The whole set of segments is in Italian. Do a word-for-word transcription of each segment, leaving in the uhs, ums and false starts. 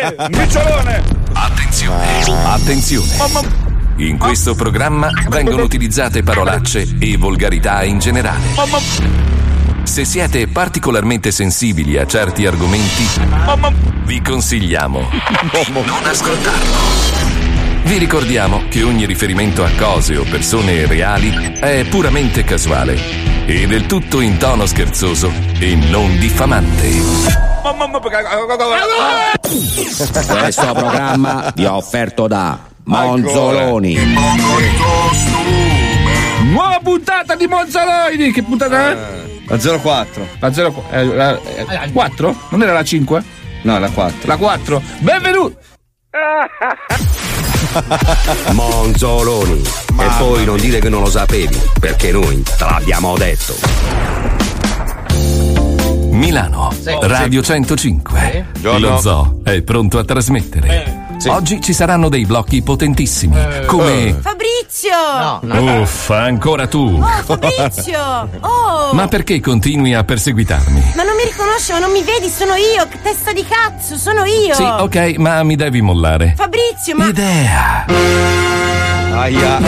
Micciolone! Attenzione, attenzione. In questo programma vengono utilizzate parolacce e volgarità in generale. Se siete particolarmente sensibili a certi argomenti, vi consigliamo di non ascoltarlo. Vi ricordiamo che ogni riferimento a cose o persone reali è puramente casuale e del tutto in tono scherzoso e non diffamante. Questo programma vi è offerto da Monzoloni. Nuova puntata di Monzoloni. Che puntata è? La zero quattro. La zero eh, la, eh, quattro? Non era la cinque? No, la quattro. La quattro. Benvenuti. Monzoloni. E poi non dire che non lo sapevi, perché noi te l'abbiamo detto. Milano, Sì. Radio centocinque. Sì. Lo Zoo è pronto a trasmettere. Eh. Sì. Oggi ci saranno dei blocchi potentissimi, Eh. come... Fabrizio! No, no. Uffa, ancora tu! Oh, Fabrizio! Oh! Ma perché continui a perseguitarmi? Ma non mi riconosci, ma non mi vedi? Sono io, che testa di cazzo, sono io! Sì, ok, ma mi devi mollare. Fabrizio, ma... Idea! Aia!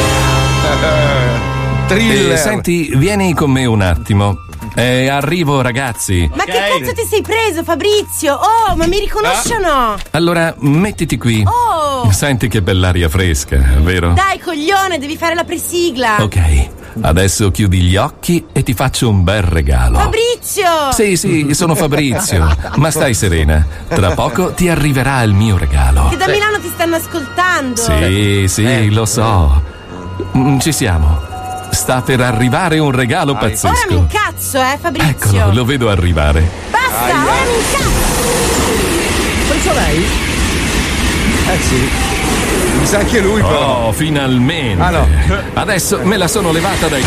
Thriller! Eh, senti, vieni con me un attimo. Eh, arrivo, ragazzi. Ma che cazzo ti sei preso, Fabrizio? Oh, ma mi riconosci o no? Allora, mettiti qui. Oh! Senti che bell'aria fresca, vero? Dai, coglione, devi fare la presigla! Ok, adesso chiudi gli occhi e ti faccio un bel regalo. Fabrizio! Sì, sì, sono Fabrizio. Ma stai serena, tra poco ti arriverà il mio regalo. Che da Milano ti stanno ascoltando! Sì, sì, lo so. Mm, Ci siamo. Sta per arrivare un regalo Ora mi pazzesco. incazzo, eh, Fabrizio! Eccolo, lo vedo arrivare. Basta, ora mi incazzo! Penso lei? Eh sì. Mi sa anche lui, però. Oh, finalmente. Ah, no. Adesso me la sono levata dai...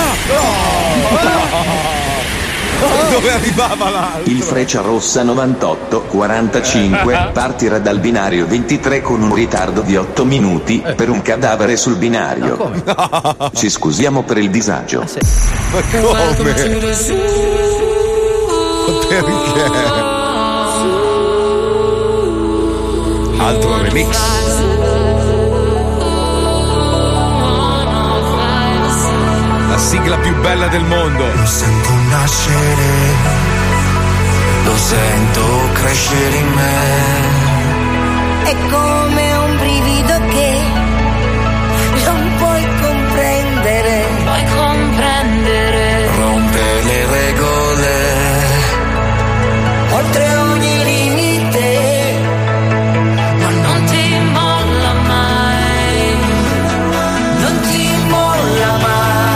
Dove arrivava l'altro? Il Frecciarossa novantotto quarantacinque partirà dal binario ventitré con un ritardo di otto minuti per un cadavere sul binario. Ci scusiamo per il disagio. Ma come? Perché? Altro remix. La sigla più bella del mondo. Lo sento nascere, lo sento crescere in me. È come un brivido che non puoi comprendere. Puoi comprendere. Rompe le regole. Oltre ogni limite, ma non ti molla mai. non ti molla mai.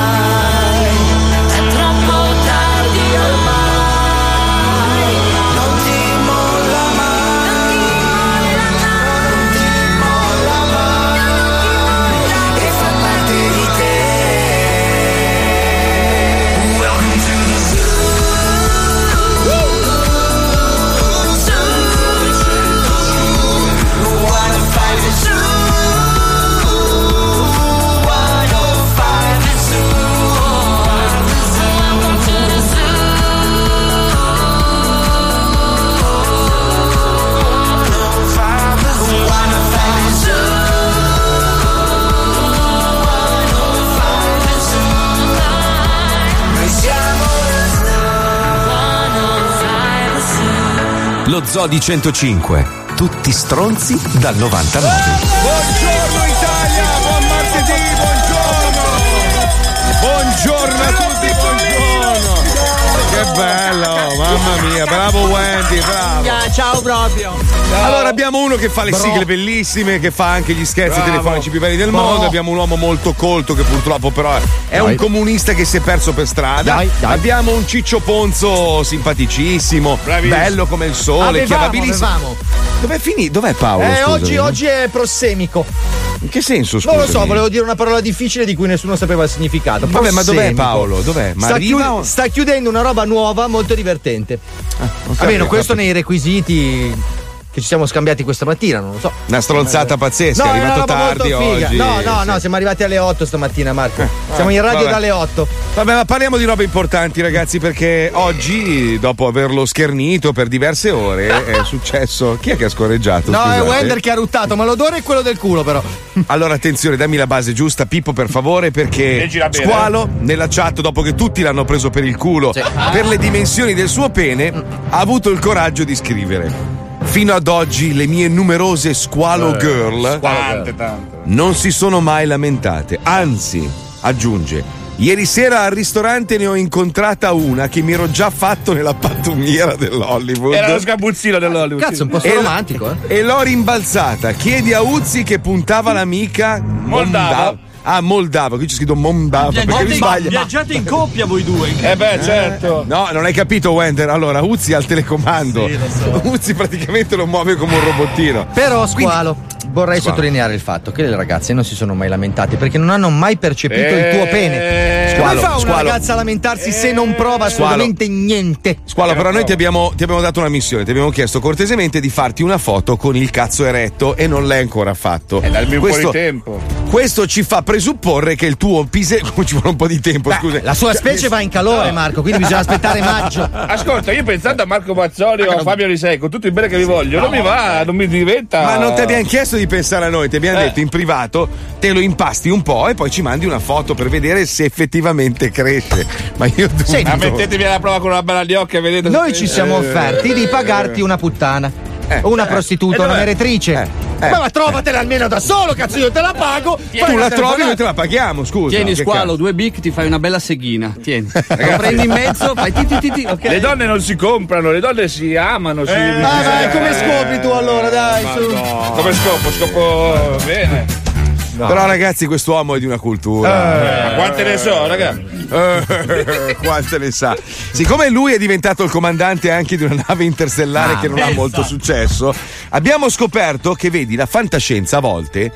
Lo Zoo di centocinque. Tutti stronzi dal novantanove. Buongiorno Italia, buon martedì, buongiorno. Buongiorno a tutti, buongiorno. Che bello, mamma mia, bravo Wendy, bravo. Ciao proprio. Allora abbiamo uno che fa le Bro. sigle bellissime, che fa anche gli scherzi Bravo. telefonici più belli del Bro. mondo. Abbiamo un uomo molto colto che purtroppo però è Dai. un comunista che si è perso per strada. Dai, dai. Abbiamo un Ciccio Ponzo simpaticissimo, Bravissimo. bello come il sole, Avevamo, chiamabilissimo. avevamo. Dov'è finito? Dov'è Paolo? Eh, scusami? oggi, oggi è prossemico. In che senso, scusa? Non lo so, volevo dire una parola difficile di cui nessuno sapeva il significato. Vabbè, ma dov'è Prossemico. Paolo? Dov'è? Ma sta, arriva chiu- o- sta chiudendo una roba nuova molto divertente. ho Almeno capito. questo nei requisiti. che ci siamo scambiati questa mattina, non lo so. Una stronzata pazzesca, no, è arrivato una roba tardi molto figa. oggi. No, no, sì. no, siamo arrivati alle otto stamattina, Marco. Eh, Siamo in radio vabbè. dalle otto. Vabbè, ma parliamo di robe importanti, ragazzi, perché oggi, dopo averlo schernito per diverse ore, è successo. Chi è che ha scorreggiato? No, scusate? è Wender che ha ruttato, ma l'odore è quello del culo, però. Allora, attenzione, dammi la base giusta, Pippo, per favore, perché Leggila bene. Squalo, nella chat, dopo che tutti l'hanno preso per il culo, per le dimensioni del suo pene, ha avuto il coraggio di scrivere: fino ad oggi le mie numerose Squalo Eh, Girl Tante, tante. non si sono mai lamentate, anzi, aggiunge, ieri sera al ristorante ne ho incontrata una che mi ero già fatto nella pattumiera dell'Hollywood. Era lo sgabuzzino dell'Hollywood. Cazzo, un po' E- romantico, eh. E l'ho rimbalzata. Chiedi a Uzzi che puntava l'amica Moldava. Ah, Moldava, qui c'è scritto Moldava perché mi sbaglia. Viaggiate in coppia voi due. Eh beh, certo. No, non hai capito, Wender. Allora, Uzzi ha il telecomando. Sì, lo so. Uzzi praticamente lo muove come un robottino. Però, Squalo, vorrei Squalo. sottolineare il fatto che le ragazze non si sono mai lamentate perché non hanno mai percepito il tuo pene. Squalo, Come fa una Squalo. ragazza a lamentarsi se non prova Squalo. assolutamente niente? Squalo, però noi ti abbiamo, ti abbiamo dato una missione, ti abbiamo chiesto cortesemente di farti una foto con il cazzo eretto e non l'hai ancora fatto. E darmi un questo, po' di tempo. questo ci fa presupporre che il tuo pise... ci vuole un po' di tempo, Beh, scusa. la sua specie va in calore, Marco, quindi bisogna aspettare maggio. Ascolta, io pensando a Marco Mazzoli o a Fabio Lisei, con tutto il bene che vi voglio, non mi va, non mi diventa. Ma non ti abbiamo chiesto di pensare a noi, ti abbiamo Eh. detto in privato, te lo impasti un po' e poi ci mandi una foto per vedere se effettivamente cresce. Ma io dubito. Senti, Ah, mettetevi alla prova con una bella agli occhi e vedete. Noi ci siamo Eh. offerti di pagarti una puttana. Eh. O una prostituta, Eh, una dov'è? meretrice. Eh. Ma, ma trovatela almeno da solo, cazzo, io te la pago. Tu la trovi e noi te la paghiamo, scusa. Tieni, Che Squalo, cazzo? due bic, ti fai una bella seghina. Tieni. Lo prendi in mezzo, fai ti ti ti ti, ok. Le donne non si comprano, le donne si amano. Si... Ah, vai, come scopri tu allora, dai, su. Come scopo? Scopo bene. Però ragazzi, quest'uomo è di una cultura. Ma quante ne so, raga? Eh, quante ne sa. Siccome lui è diventato il comandante anche di una nave interstellare Ah, che non ha molto successo, abbiamo scoperto che, vedi, la fantascienza a volte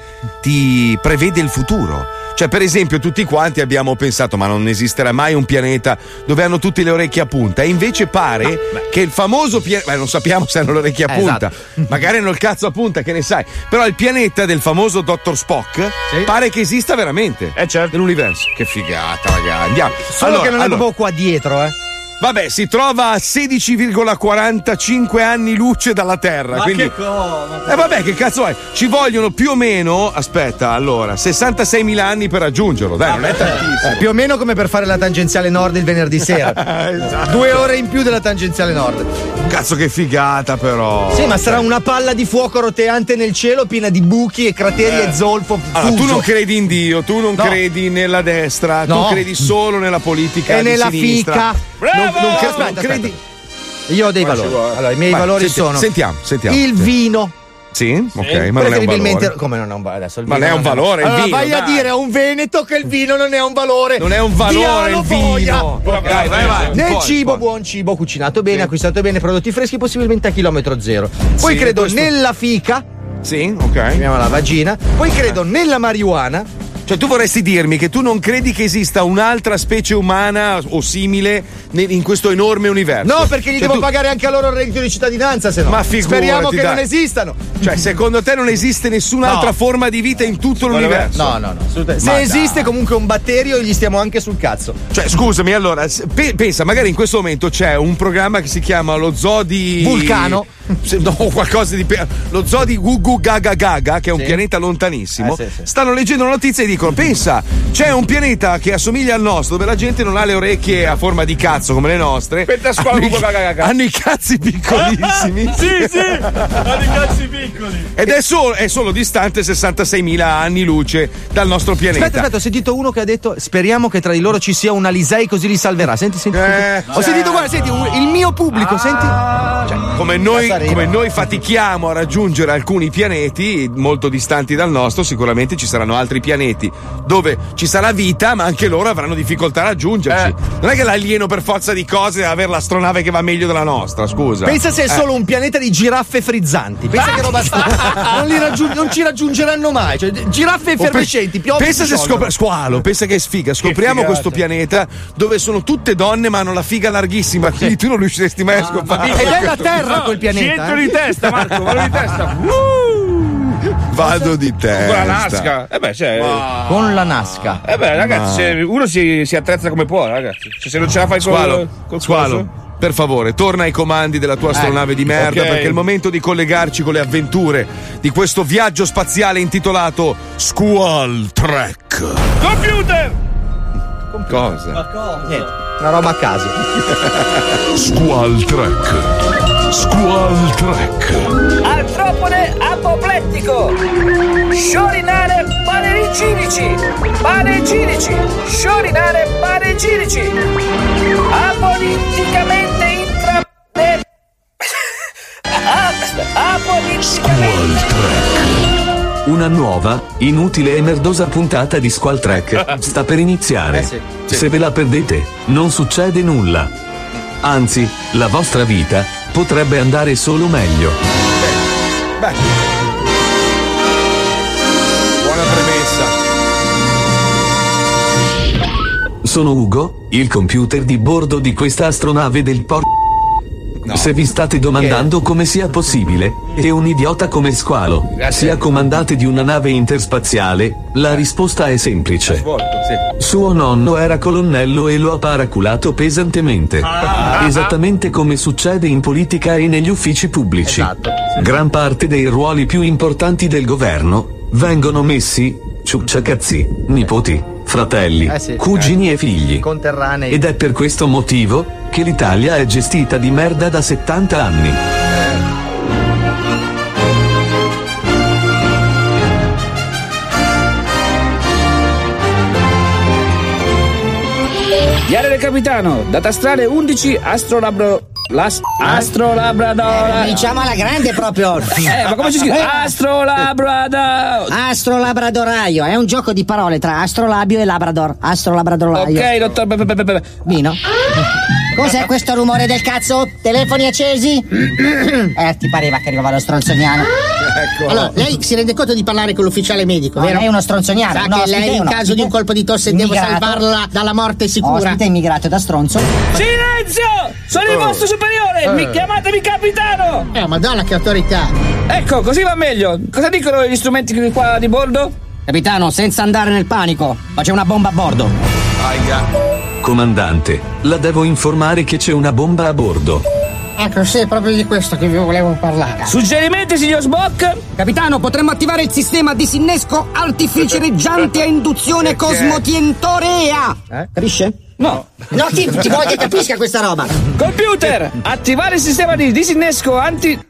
ti prevede il futuro. Cioè, per esempio, tutti quanti abbiamo pensato, ma non esisterà mai un pianeta dove hanno tutte le orecchie a punta. E invece pare che il famoso pianeta, non sappiamo se hanno le orecchie a Eh, punta, esatto. magari hanno il cazzo a punta, che ne sai. Però il pianeta del famoso dottor Spock Sì. pare che esista veramente. Eh, certo. Nell'universo. Che figata, ragazzi. Andiamo. Solo Allora, che non è allora, proprio qua dietro, eh. Vabbè, si trova a sedici virgola quarantacinque anni luce dalla Terra. Ma quindi... che cosa? Eh vabbè, che cazzo è? Ci vogliono più o meno, aspetta, allora, sessantaseimila anni per raggiungerlo, dai, non è tantissimo. Eh, più o meno come per fare la tangenziale nord il venerdì sera. Esatto. Due ore in più della tangenziale nord. Cazzo che figata però. Sì, ma sarà una palla di fuoco roteante nel cielo piena di buchi e crateri e zolfo. Allora, tu fuso. non credi in Dio, tu non No. credi nella destra, No. tu credi solo nella politica E di nella sinistra. fica. Non, non, cre- Aspetta, non credi. aspetta. Io ho dei Ma ci valori. vuole. Allora, i miei Vai, valori senti- sono sentiamo, sentiamo. il Sì. vino. Sì, ok, ma non è un Preferibilmente, valore. come non è un valore? Adesso il Ma vino non è un valore, il allora, vino, vai a dai. dire a un veneto che il vino non è un valore. Non è un valore Dialo il boia. vino. Dai, vai, vai. Nel Poi, cibo, poi. buon cibo, cucinato bene, acquistato bene, prodotti freschi, possibilmente a chilometro zero. Poi Sì, credo questo- nella fica, Sì, ok. chiamiamola vagina. Poi credo nella marijuana. Cioè, tu vorresti dirmi che tu non credi che esista un'altra specie umana o simile ne- in questo enorme universo? No, perché gli Cioè, devo tu- pagare anche a loro il reddito di cittadinanza, se no. Ma figurati, speriamo che dai. non esistano. Cioè, secondo te non esiste nessun'altra No. forma di vita in tutto l'universo? No, no, no, assolutamente. Se Ma esiste dai. comunque un batterio, gli stiamo anche sul cazzo. Cioè, scusami, allora, s- pe- pensa, magari in questo momento c'è un programma che si chiama lo zoo di. Vulcano? Se- No, qualcosa di. pe- Lo zoo di Gugu Gaga Gaga, che è un Sì. pianeta lontanissimo. Eh, sì, sì. Stanno leggendo la notizia e dicono: pensa, c'è un pianeta che assomiglia al nostro, dove la gente non ha le orecchie a forma di cazzo come le nostre. Aspetta, squalo, hanno, i- Gugu Gaga Gaga. hanno i cazzi piccolissimi. Sì, sì, ha dei cazzi piccoli. Ed è solo, è solo distante sessantaseimila anni luce dal nostro pianeta. Aspetta, aspetta, ho sentito uno che ha detto: speriamo che tra di loro ci sia una Lisei così li salverà. Senti, senti. Eh, senti. Ho sentito, guarda, senti, un- il mio pubblico, senti. Cioè, come noi, Basta arriva. come noi fatichiamo a raggiungere alcuni pianeti molto distanti dal nostro, sicuramente ci saranno altri pianeti pianeti dove ci sarà vita, ma anche loro avranno difficoltà a raggiungerci. Eh. Non è che l'alieno per forza di cose deve avere l'astronave che va meglio della nostra, scusa. Pensa se è eh. solo un pianeta di giraffe frizzanti. Pensa che roba strana. Non, li raggiung- non ci raggiungeranno mai. Cioè, giraffe effervescenti, piove. Pensa se scopre- squalo, pensa che è sfiga. Scopriamo questo pianeta dove sono tutte donne ma hanno la figa larghissima, quindi tu non riusciresti mai a scopare. Ed è la Terra no, quel pianeta. Ci entro eh? di testa, Marco, vado di testa. Uh! Vado di testa. Con la Nasca. Eh beh, cioè, wow. Con la Nasca. Eh beh, ragazzi, se uno si, si attrezza come può, ragazzi. Cioè, se non ce la fai squalo, col, col squalo. corso. Per favore, torna ai comandi della tua astronave eh, di merda, okay. Perché è il momento di collegarci con le avventure di questo viaggio spaziale intitolato Squall Trek. Computer! Cosa? Ma cosa? Niente, una roba a caso. Squall Trek. Squall Trek. Artropode apoplettico. Sciorinare panegirici. Panegirici. Sciorinare panegirici. Apoliticamente intra. Apoliticamente. Squall Trek. Una nuova, inutile e merdosa puntata di Squall Trek sta per iniziare. Eh sì, sì. Se ve la perdete, non succede nulla. Anzi, la vostra vita potrebbe andare solo meglio. Beh. Beh. Buona premessa. Sono Ugo, il computer di bordo di questa astronave del por... No. Se vi state domandando come sia possibile che un idiota come Squalo sia comandante di una nave interspaziale, la risposta è semplice. Suo nonno era colonnello e lo ha paraculato pesantemente. Esattamente come succede in politica e negli uffici pubblici. Gran parte dei ruoli più importanti del governo vengono messi ciucciacazzi, nipoti, fratelli, eh sì, cugini eh. e figli. Conterranei. Ed è per questo motivo che l'Italia è gestita di merda da settanta anni. Diario del capitano, data astrale undici, astrolabro... L'ast- Astrolabrador. Eh, diciamo alla grande proprio. Eh, ma come ci scrive? Astrolabrador. Astrolabradoraio, è un gioco di parole tra astrolabio e labrador. Astrolabradoraio. Ok, dottor Vino. Cos'è questo rumore del cazzo? Telefoni accesi? Eh, ti pareva che arrivava lo stronzoniano. Ecco. Allora, lei si rende conto di parlare con l'ufficiale medico, no, vero? Lei è uno stronzoniano. Sa no, che lei in no, caso di un colpo di tosse immigrato. Devo salvarla dalla morte sicura. Ospite immigrato da stronzo. Silenzio! Sono oh. il vostro superiore! Eh. Mi chiamatemi capitano! Eh, madonna, che autorità! Ecco, così va meglio. Cosa dicono gli strumenti qua di bordo? Capitano, senza andare nel panico, ma c'è una bomba a bordo. Aia. Comandante, la devo informare che c'è una bomba a bordo. Ecco, sì, è proprio di questo che vi volevo parlare. Suggerimenti, signor Spock? Capitano, potremmo attivare il sistema disinnesco artificereggiante a induzione cosmotientorea. Eh? Capisce? No. No, ti, ti voglio che capisca questa roba. Computer, attivare il sistema di disinnesco anti...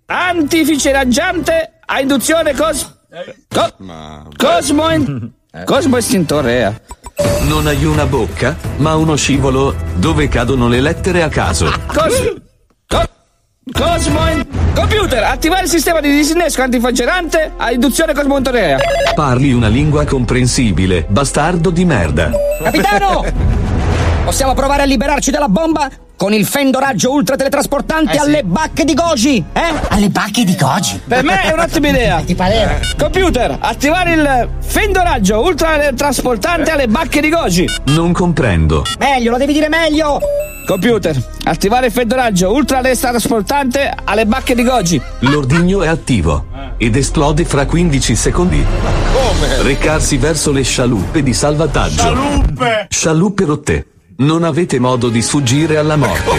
antificeraggiante a induzione cos... Co... Cosmo... In... Cosmo estintorea. Non hai una bocca, ma uno scivolo dove cadono le lettere a caso. Cos... Co... Cosmo... In... Computer, attivare il sistema di disinnesco antificerante a induzione cosmoentorea. Parli una lingua comprensibile, bastardo di merda. Capitano! Possiamo provare a liberarci dalla bomba con il fendoraggio ultra teletrasportante eh sì. alle bacche di Goji, eh? Alle bacche di Goji? Per me è un'ottima idea. Ti pareva? Computer, attivare il fendoraggio ultra teletrasportante alle bacche di Goji. Non comprendo. Meglio, lo devi dire meglio. Computer, attivare il fendoraggio ultra teletrasportante alle bacche di Goji. L'ordigno è attivo ed esplode fra quindici secondi. Come? Recarsi verso le scialuppe di salvataggio. Scialuppe! Scialuppe rotte. Non avete modo di sfuggire alla morte.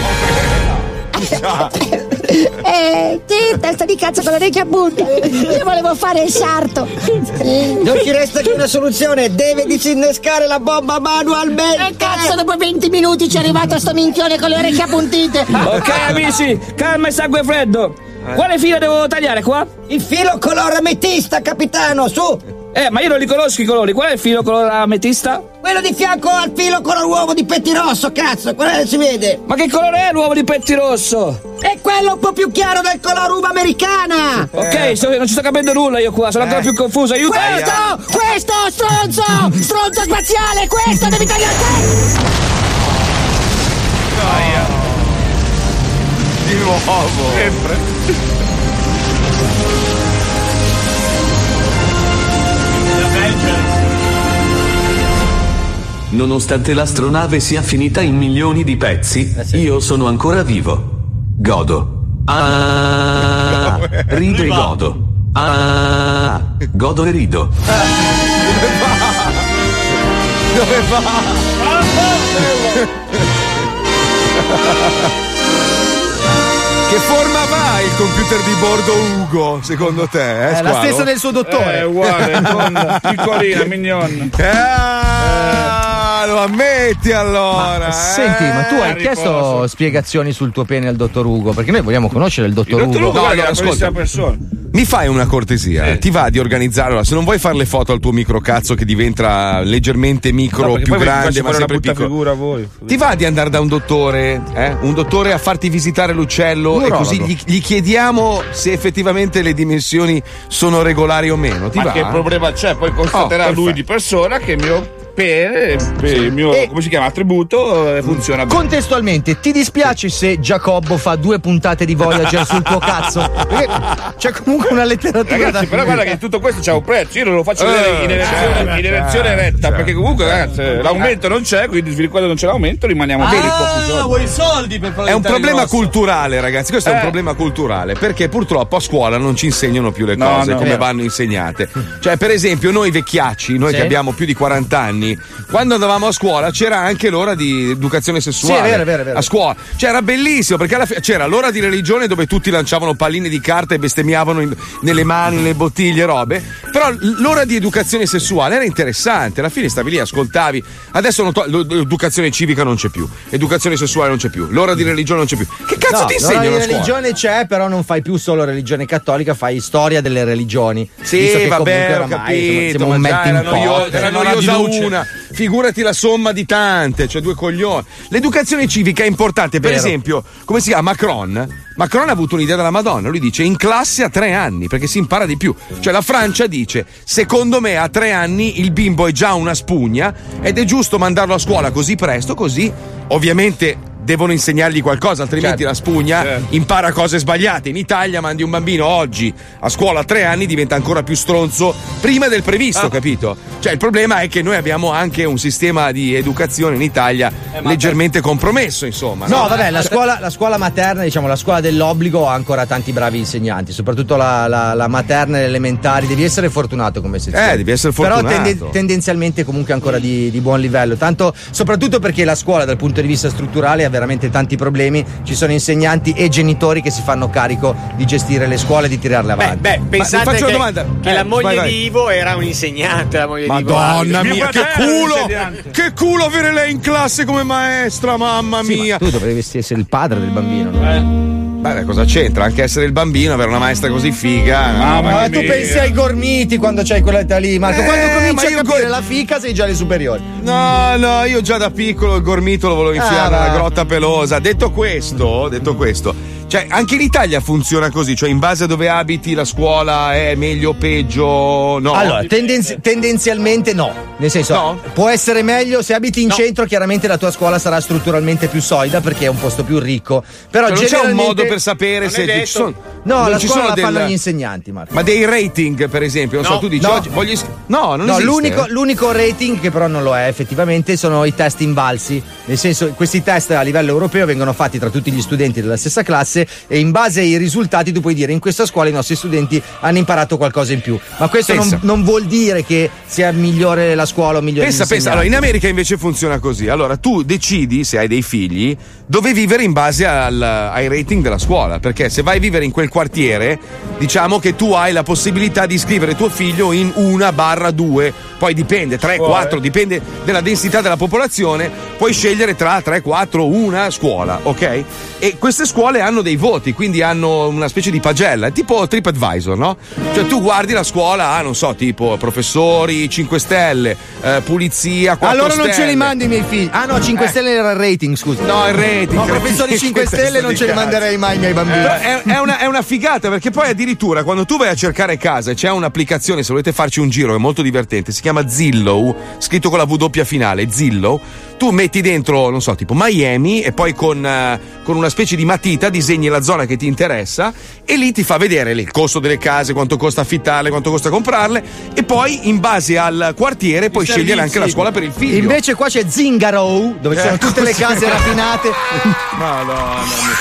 Eh, che testa di cazzo con l'orecchia punta. Io volevo fare il sarto. Non ci resta che una soluzione. Deve disinnescare la bomba manualmente. Eh, cazzo, dopo venti minuti ci è arrivato sto minchione con le orecchie appuntite. Ok, amici, calma e sangue freddo. Quale filo devo tagliare qua? Il filo color ametista, capitano, su. Eh, ma io non li conosco i colori. Qual è il filo color ametista? Quello di fianco al filo color uovo di pettirosso, cazzo, quello si vede. Ma che colore è l'uovo di pettirosso? È quello un po' più chiaro del color uva americana. Ok, eh. sto, non ci sto capendo nulla io qua, sono eh. ancora più confuso. Aiuto! Questo! Questo, stronzo! Stronzo spaziale, questo devi tagliare te! Di nuovo! Sempre! Nonostante l'astronave sia finita in milioni di pezzi, eh sì. io sono ancora vivo. Godo. Ah, rido e godo. Ah, godo e rido. Dove va? Dove va? Che forma va il computer di bordo Ugo, secondo te? Eh, è la stessa del suo dottore. È uguale, piccolina, mignon. Ah, lo ammetti allora. Ma, eh? Senti, ma tu hai chiesto spiegazioni sul tuo pene al dottor Ugo? Perché noi vogliamo conoscere il dottor il Ugo. Ugo. No, No, allora, ascolta, persona. Mi fai una cortesia? Eh. Ti va di organizzare? Allora, se non vuoi fare le foto al tuo microcazzo che diventa leggermente micro, no, più grande, ma sempre piccolo. Figura a voi. Ti va di andare da un dottore? Eh? Un dottore a farti visitare l'uccello un e così gli, gli chiediamo se effettivamente le dimensioni sono regolari o meno. Ti ma va? che problema c'è? Poi constaterà oh, lui di persona che il mio pene, sì. il mio e come si chiama attributo eh, funziona bene. Contestualmente, ti dispiace se Giacobbo fa due puntate di Voyager sul tuo cazzo? Perché c'è comunque una letteratura. Ragazzi, da però guarda che tutto questo c'ha un prezzo. Io non lo faccio uh, vedere in elezione, in elezione retta, perché comunque ragazzi, l'aumento non c'è, quindi quando non c'è l'aumento rimaniamo ah, bene pochi vuoi i soldi per È un problema culturale, ragazzi. Questo eh. è un problema culturale, perché purtroppo a scuola non ci insegnano più le no, cose no, come no. vanno insegnate. Cioè, per esempio, noi vecchiacci, noi sì. che abbiamo più di quaranta anni, quando andavamo a scuola c'era anche l'ora di educazione sessuale. Sì, è vero, è vero, è vero. A scuola. Cioè, era bellissimo perché alla fine c'era l'ora di religione dove tutti lanciavano palline di carta e bestemmiavano in, nelle mani, nelle bottiglie, robe. Però l'ora di educazione sessuale era interessante. Alla fine stavi lì, ascoltavi. Adesso non to- l'educazione civica non c'è più, educazione sessuale non c'è più, l'ora di religione non c'è più. Che cazzo no, ti insegnano a scuola? scuola? La religione c'è, però non fai più solo religione cattolica, fai storia delle religioni. Sì, vabbè, ho capito, siamo ma un già era, in noio- era noiosa una. Figurati la somma di tante, cioè due coglioni. L'educazione civica è importante, per Vero. esempio, come si chiama? Macron. Macron ha avuto un'idea della Madonna, lui dice in classe a tre anni, perché si impara di più. Cioè la Francia dice, secondo me a tre anni il bimbo è già una spugna ed è giusto mandarlo a scuola così presto, così ovviamente devono insegnargli qualcosa, altrimenti certo. la spugna certo. impara cose sbagliate. In Italia mandi un bambino oggi a scuola a tre anni, diventa ancora più stronzo prima del previsto, ah. capito? Cioè il problema è che noi abbiamo anche un sistema di educazione in Italia eh, leggermente compromesso, insomma. No, no? vabbè, la scuola, la scuola materna, diciamo la scuola dell'obbligo ha ancora tanti bravi insegnanti, soprattutto la, la, la materna e le elementari, devi essere fortunato come sezione. Eh, devi essere fortunato. Però tende, tendenzialmente comunque ancora di, di buon livello, tanto soprattutto perché la scuola dal punto di vista strutturale ha veramente tanti problemi, ci sono insegnanti e genitori che si fanno carico di gestire le scuole e di tirarle avanti. Beh, beh pensate faccio che, una domanda. che Eh, la moglie vai, vai. di Ivo era un insegnante, la moglie Madonna di Ivo. mia, che culo! Che culo avere lei in classe come maestra, mamma Sì, mia! ma tu dovresti essere il padre del bambino, no? Eh. Beh, cosa c'entra? Anche essere il bambino, avere una maestra così figa. Ma, no, ma tu pensi ai gormiti quando c'hai quella età lì, Marco? Eh, quando cominci ma a io capire go- la fica sei già alle superiori. No, no, io già da piccolo il gormito lo volevo infiare Ah, nella va. grotta pelosa. Detto questo, detto questo, cioè anche in Italia funziona così, cioè in base a dove abiti la scuola è meglio o peggio, no? Allora, tendenzi- tendenzialmente no. Nel senso, No? può essere meglio se abiti in centro, chiaramente la tua scuola sarà strutturalmente più solida perché è un posto più ricco. Però Cioè, non c'è un generalmente- modo per sapere Non se è detto. ci sono. No, non la ci scuola sono la fanno del- gli insegnanti, Marco. Ma dei rating, per esempio, non No, so, tu dici no. oggi voglio is- No, non No, esiste. l'unico, l'unico rating che però non lo è effettivamente sono i test invalsi, nel senso questi test a livello europeo vengono fatti tra tutti gli studenti della stessa classe e in base ai risultati tu puoi dire in questa scuola i nostri studenti hanno imparato qualcosa in più, ma questo non, Pensa. non vuol dire che sia migliore la scuola o migliore Pensa, gli pensa, insegnanti. allora in America invece funziona così. Allora tu decidi, se hai dei figli, dove vivere in base al- ai rating della scuola, perché se vai a vivere in quel quartiere, diciamo che tu hai la possibilità di iscrivere tuo figlio in una barra due, poi dipende, tre, quattro, dipende dalla densità della popolazione, puoi scegliere tra tre, quattro, una scuola, ok? E queste scuole hanno dei voti, quindi hanno una specie di pagella, è tipo TripAdvisor, no? Cioè tu guardi la scuola, ah, non so, tipo professori cinque stelle, eh, pulizia quattro allora stelle. non ce li mando i miei figli. Ah no, cinque Eh. stelle era il rating, scusa. No, il rating. No, professori cinque stelle non ce li manderei mai ai miei bambini. Però È, è una, è una figata, perché poi addirittura quando tu vai a cercare casa c'è un'applicazione, se volete farci un giro, è molto divertente, si chiama Zillow, scritto con la W finale, Zillow. Tu metti dentro, non so, tipo Miami e poi con, eh, con una specie di matita disegni la zona che ti interessa e lì ti fa vedere il costo delle case, quanto costa affittarle, quanto costa comprarle e poi in base al quartiere puoi scegliere servizi. anche la scuola per il figlio. Invece qua c'è Zingaro, dove ci sono Eh, tutte le così. case rapinate. Madonna,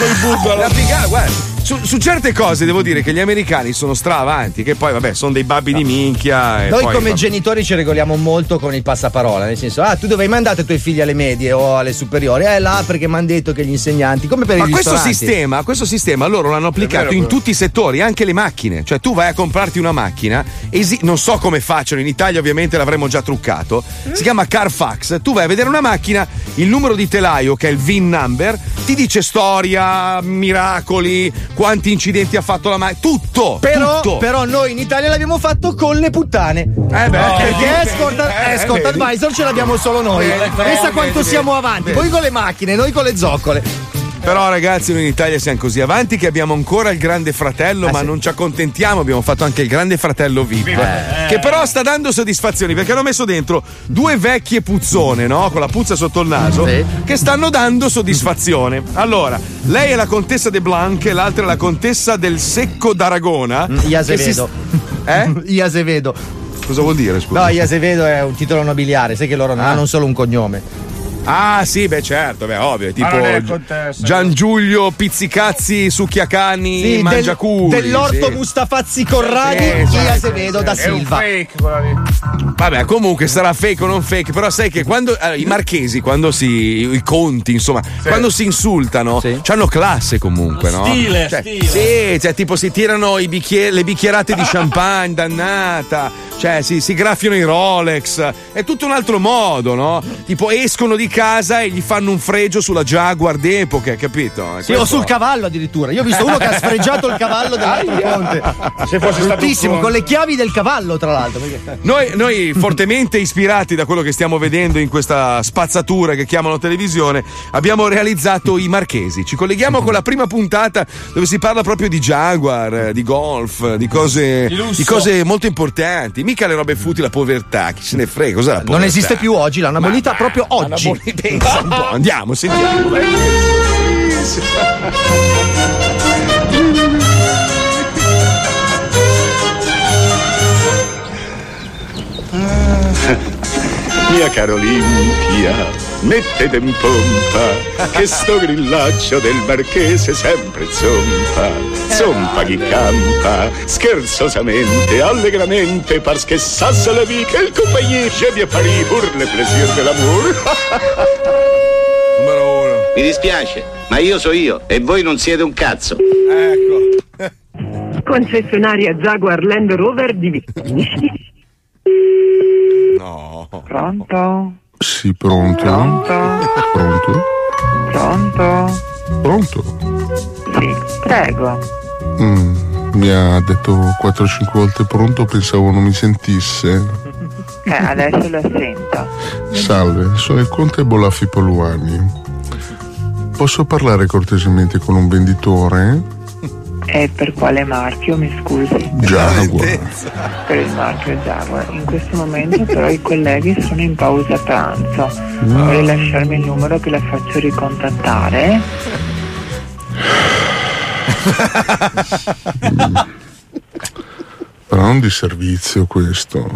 la figata, guarda. Su, su certe cose devo dire che gli americani sono stra avanti, che poi vabbè sono dei babbi di minchia. E Noi poi, come vabbè. genitori ci regoliamo molto con il passaparola, nel senso, ah, tu dove hai mandato i tuoi figli alle medie o alle superiori? Eh, là perché mi hanno detto che gli insegnanti, come per Ma i questo ristoranti. sistema, questo sistema loro l'hanno applicato vero, in però. tutti i settori, anche le macchine. Cioè, tu vai a comprarti una macchina, esi- non so come facciano, in Italia ovviamente l'avremmo già truccato. Si chiama Carfax. Tu vai a vedere una macchina, il numero di telaio, che è il V I N number, ti dice storia, miracoli, quanti incidenti ha fatto la macchina, tutto. Però, tutto. però noi in Italia l'abbiamo fatto con le puttane. Eh beh, perché vedi, Escort, eh, Escort vedi. Advisor ce l'abbiamo solo noi. Vedi, Pensa vedi, quanto vedi, siamo vedi. avanti. Vedi. Voi con le macchine, noi con le zoccole. Però ragazzi, noi in Italia siamo così avanti che abbiamo ancora il Grande Fratello, Eh, ma sì. non ci accontentiamo, abbiamo fatto anche il Grande Fratello V I P, Eh. che però sta dando soddisfazioni perché hanno messo dentro due vecchie puzzone, no? Con la puzza sotto il naso, Sì. che stanno dando soddisfazione. Allora, lei è la contessa de Blanc e l'altra è la contessa del Secco d'Aragona. Mm, Iasevedo. Che si- Eh? Iasevedo. Cosa vuol dire, scusa? No, Iasevedo è un titolo nobiliare, sai che loro non Ah. hanno solo un cognome. Ah sì, beh certo, beh ovvio, tipo non è contessa. Gian Giulio Pizzicazzi Succhiacani Sì, del, Mangiacuri. dell'orto sì. Mustafazzi Corradi, Sì, sì, Iasevedo da È un Silva. fake quella lì. Vabbè, comunque sarà fake o non fake, però sai che quando eh, i marchesi, quando si. I conti, insomma, quando si insultano, Sì. c'hanno classe comunque, no? Stile, Cioè, stile. Sì, cioè, tipo si tirano i bicchier- le bicchierate di champagne, dannata, cioè si, si graffiano i Rolex, è tutto un altro modo, no? Tipo escono di casa e gli fanno un fregio sulla Jaguar d'epoca, capito? È Sì, o questo. sul cavallo addirittura. Io ho visto uno che ha sfregiato il cavallo dell'altro ponte. Se fosse stato Bruttissimo, un- con le chiavi del cavallo, tra l'altro. perché- Noi, noi fortemente ispirati da quello che stiamo vedendo in questa spazzatura che chiamano televisione, abbiamo realizzato i Marchesi. Ci colleghiamo con la prima puntata dove si parla proprio di Jaguar, eh, di golf, di cose, Di lusso. di cose molto importanti. Mica le robe futili, la povertà, chi se ne frega. Cos'è la Non povertà? esiste più oggi, l'hanno abolita Ma- proprio Hanno oggi. aboli- Pensa un po', andiamo, sentiamo. Mia cara Olimpia, mettete in pompa che sto grillaggio del marchese sempre zompa, zompa chi campa, scherzosamente, allegramente, parce que ça c'est la vie, quelle compagnie, je viens Paris pour le plaisir de l'amour. Numero uno. Mi dispiace, ma io so io e voi non siete un cazzo. Ecco. Concessionaria Jaguar Land Rover di Vigni. No. Pronto? Sì, pronto? Pronto? Pronto? Pronto? Pronto? Sì, prego. Mm, mi ha detto quattro cinque volte pronto, pensavo non mi sentisse. Eh, adesso lo sento. Salve, sono il conte Bolaffi Poluani. Posso parlare cortesemente con un venditore? E per quale marchio, mi scusi? Jaguar. Per il marchio Jaguar. In questo momento però i colleghi sono in pausa pranzo. Vuole lasciarmi il numero che la faccio ricontattare? Mm. Però non di servizio questo.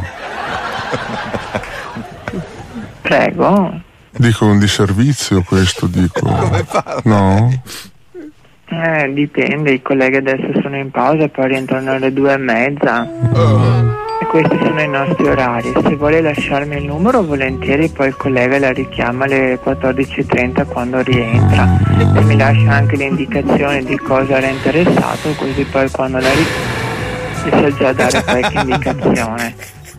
Prego. Dico un di servizio questo, dico. Come fa? No? Eh, dipende, i colleghi adesso sono in pausa, poi rientrano alle due e mezza. E questi sono i nostri orari. Se vuole lasciarmi il numero, volentieri, poi il collega la richiama alle quattordici e trenta quando rientra. E mi lascia anche le indicazioni di cosa era interessato, così poi quando la richiama mi sa già dare qualche indicazione.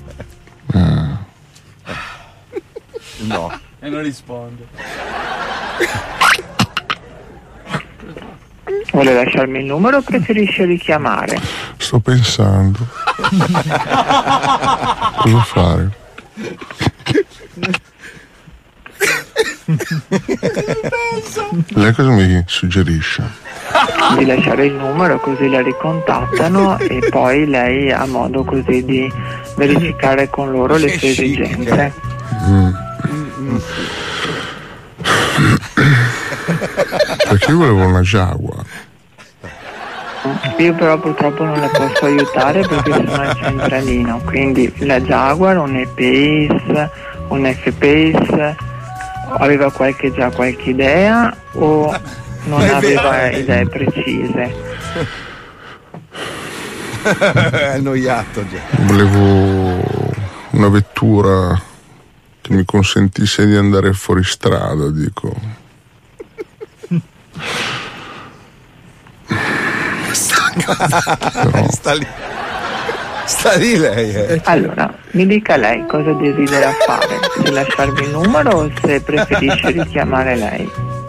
No. E non risponde. Vuole lasciarmi il numero o preferisce richiamare? Sto pensando. Cosa fare? Lei cosa mi suggerisce? Di lasciare il numero così la ricontattano e poi lei ha modo così di verificare con loro le sue esigenze. Mm. Perché io volevo una Jaguar. Io però purtroppo non la posso aiutare perché sono al centralino, quindi la Jaguar, un E-Pace, un F-Pace, aveva qualche già qualche idea o non aveva idee precise? È annoiato già. Volevo una vettura che mi consentisse di andare fuori strada, dico. Però... sta lì sta lì lei eh. Allora mi dica lei cosa desidera fare, se lasciarvi il numero o se preferisce richiamare lei.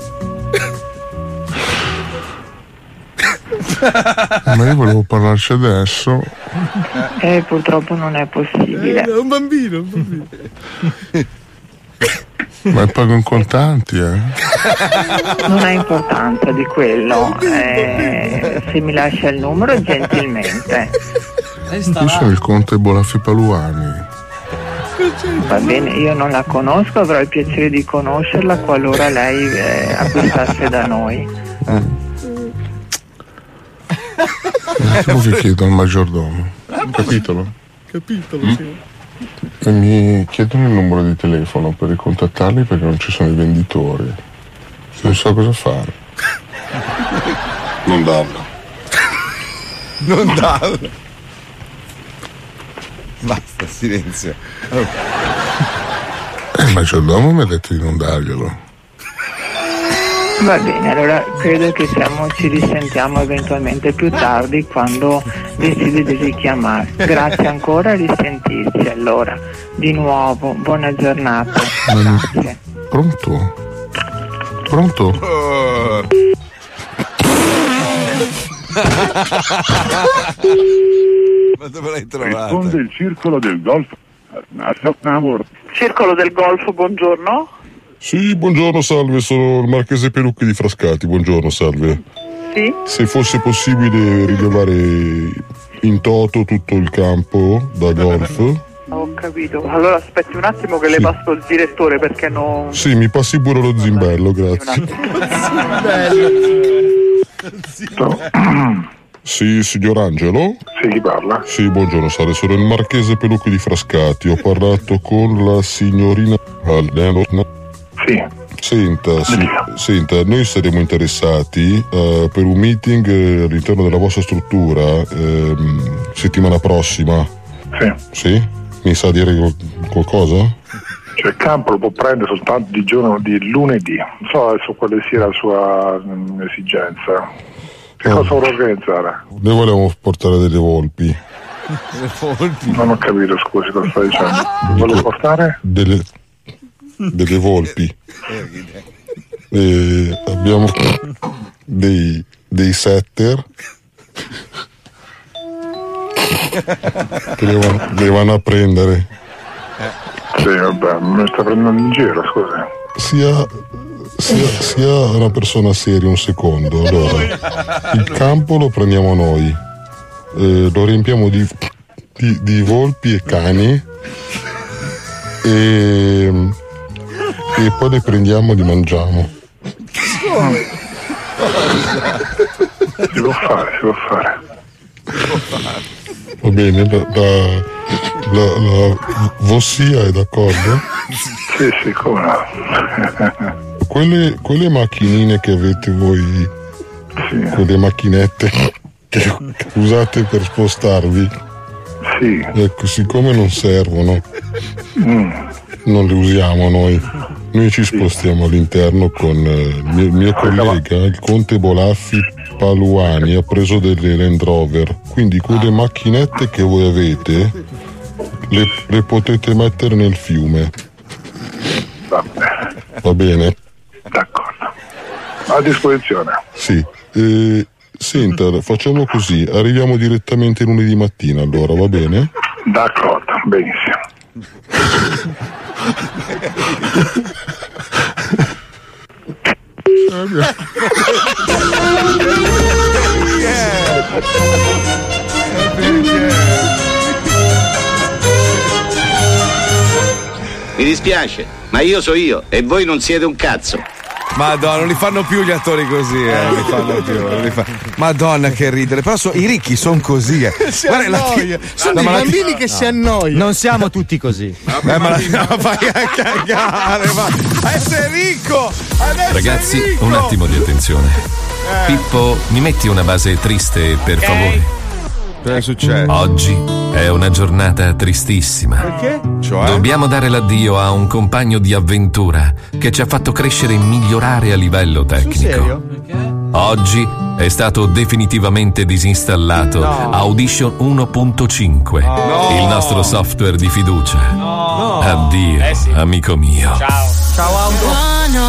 Ma io volevo parlarci adesso. Eh purtroppo non è possibile. È un bambino, un bambino. Ma pago in contanti, eh? Non ha importanza di quello, eh, se mi lascia il numero gentilmente. Io sono il conte Bolaffi Paluani. Va bene, io non la conosco, avrò il piacere di conoscerla qualora lei eh, acquistasse da noi. Un attimo che chiedo al maggiordomo. Capitolo? Capitolo, Mm? sì. E mi chiedono il numero di telefono per ricontattarli perché non ci sono i venditori. Non so cosa fare. Non darlo. Non darlo. Basta, silenzio. Oh. Eh, il maggiordomo mi ha detto di non darglielo. Va bene, allora credo che siamo, ci risentiamo eventualmente più tardi quando decide di richiamare. Grazie ancora, risentirci allora. Di nuovo, buona giornata. Grazie. Pronto? Pronto? Oh. Ma dove l'hai trovato? Risponde il circolo del golfo. Circolo del Golfo, buongiorno. Sì, buongiorno, salve, sono il marchese Pelucchi di Frascati, buongiorno, salve. Sì? Se fosse possibile rilevare in toto tutto il campo da golf. Ho capito. Allora aspetti un attimo che le passo il direttore perché non... Sì, mi passi pure lo zimbello, grazie. Sì, signor Angelo? Sì, chi parla? Sì, buongiorno, salve, sono il marchese Pelucchi di Frascati, ho parlato con la signorina Alden. Sì. Senta, sì, senta, noi saremo interessati uh, per un meeting eh, all'interno della vostra struttura ehm, settimana prossima. Sì. Sì? Mi sa dire qual- qualcosa? Cioè il campo lo può prendere soltanto di giorno di lunedì. Non so adesso quale sia la sua mh, esigenza. Che Oh. cosa vuole organizzare? Noi volevamo portare delle volpi. Non ho capito, scusi, cosa sta dicendo. Vuole portare? Delle, delle volpi. E abbiamo dei, dei setter che le vanno, le vanno a prendere. Sì, vabbè, mi sta prendendo in giro, scusi. Sia, sia, sia una persona seria un secondo. Allora, il campo lo prendiamo noi, eh, lo riempiamo di, di, di volpi e cani e, e poi le prendiamo e li mangiamo. Si può fare, si può fare. Va bene, la, la, la, la Vossia è d'accordo? Sì, sì, come no. Quelle, quelle macchinine che avete voi, sì. Quelle macchinette che usate per spostarvi, sì. Ecco, siccome non servono, Mm. non le usiamo noi. Noi ci spostiamo all'interno con eh, il mio, il mio collega, il conte Bolaffi Paluani, ha preso delle Land Rover, quindi quelle macchinette che voi avete le, le potete mettere nel fiume. Va bene. Va bene? D'accordo. A disposizione. Sì. Eh, Senta, facciamo così, arriviamo direttamente lunedì mattina, allora, va bene? D'accordo, benissimo. Mi dispiace, ma io so io e voi non siete un cazzo. Madonna, non li fanno più gli attori così, eh. Non li fanno più. Non li fa... Madonna, che ridere. Però so, i ricchi sono così, eh. Si annoia. Sono i bambini che si annoiano. Non siamo tutti così. Eh, ma la... no, vai a cagare, va. Essere ricco! Ragazzi, ricco. un attimo di attenzione. Eh. Pippo, mi metti una base triste, per okay. favore? Cosa succede? Oggi è una giornata tristissima. Perché? Cioè? Dobbiamo dare l'addio a un compagno di avventura che ci ha fatto crescere e migliorare a livello tecnico. Sul serio? Perché? Oggi è stato definitivamente disinstallato no. Audition uno punto cinque, no. il nostro software di fiducia. No. Addio, eh sì. amico mio. Ciao. Ciao Auto.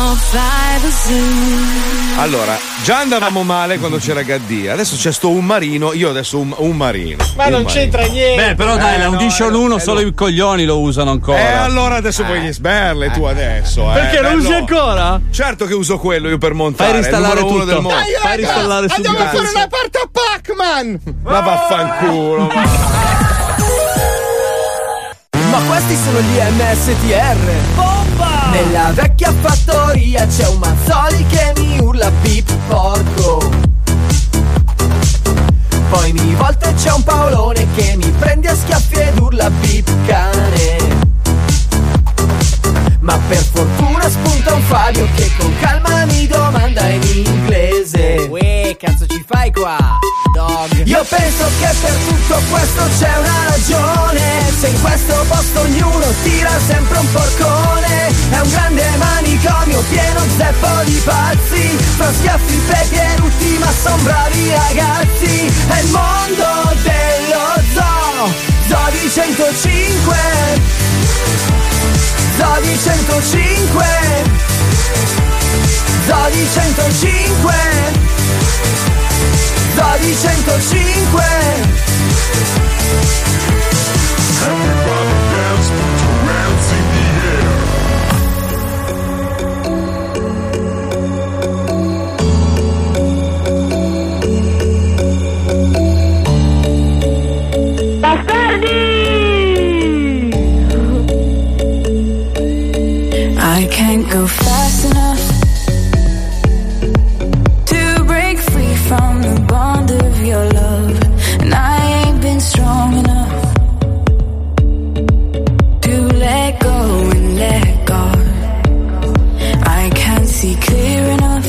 Allora, già andavamo male quando c'era Gaddia, adesso c'è sto un marino, io adesso un, un marino. Ma un non marino. c'entra niente. Beh, però dai, Eh, l'Audition no, uno eh, solo eh, i coglioni lo usano ancora. E eh, allora adesso puoi sberle tu adesso. Eh. Perché lo Bello. usi ancora? Certo che uso quello io per montare. Fai ristallare è il numero uno tutto. del mondo. Dai, Fai raga, ristallare subito. andiamo a fare una parte a Pac-Man. Ma vaffanculo. Ma questi sono gli M S T R. Bomba! Nella vecchia fattoria c'è un Mazzoli che mi urla pip porco. Poi mi volta e c'è un Paolone che mi prende a schiaffi ed urla pip cane. Ma per fortuna spunta un Fabio che con calma mi domanda in inglese: Uè, cazzo ci fai qua, dog? Io penso che per tutto questo c'è una ragione. Se in questo posto ognuno tira sempre un porcone. È un grande manicomio pieno zeppo di pazzi. Fra schiaffi, pepi e rutti ma son bravi ragazzi. È il mondo dello zoo, Zoo di centocinque. Zoo di centocinque. Zoo di centocinque. Zoo di centocinque. Everybody dance, put your hands in the air. I can't go fast enough to break free from the bond of your love, and I ain't been strong enough to let go and let God. I can't see clear enough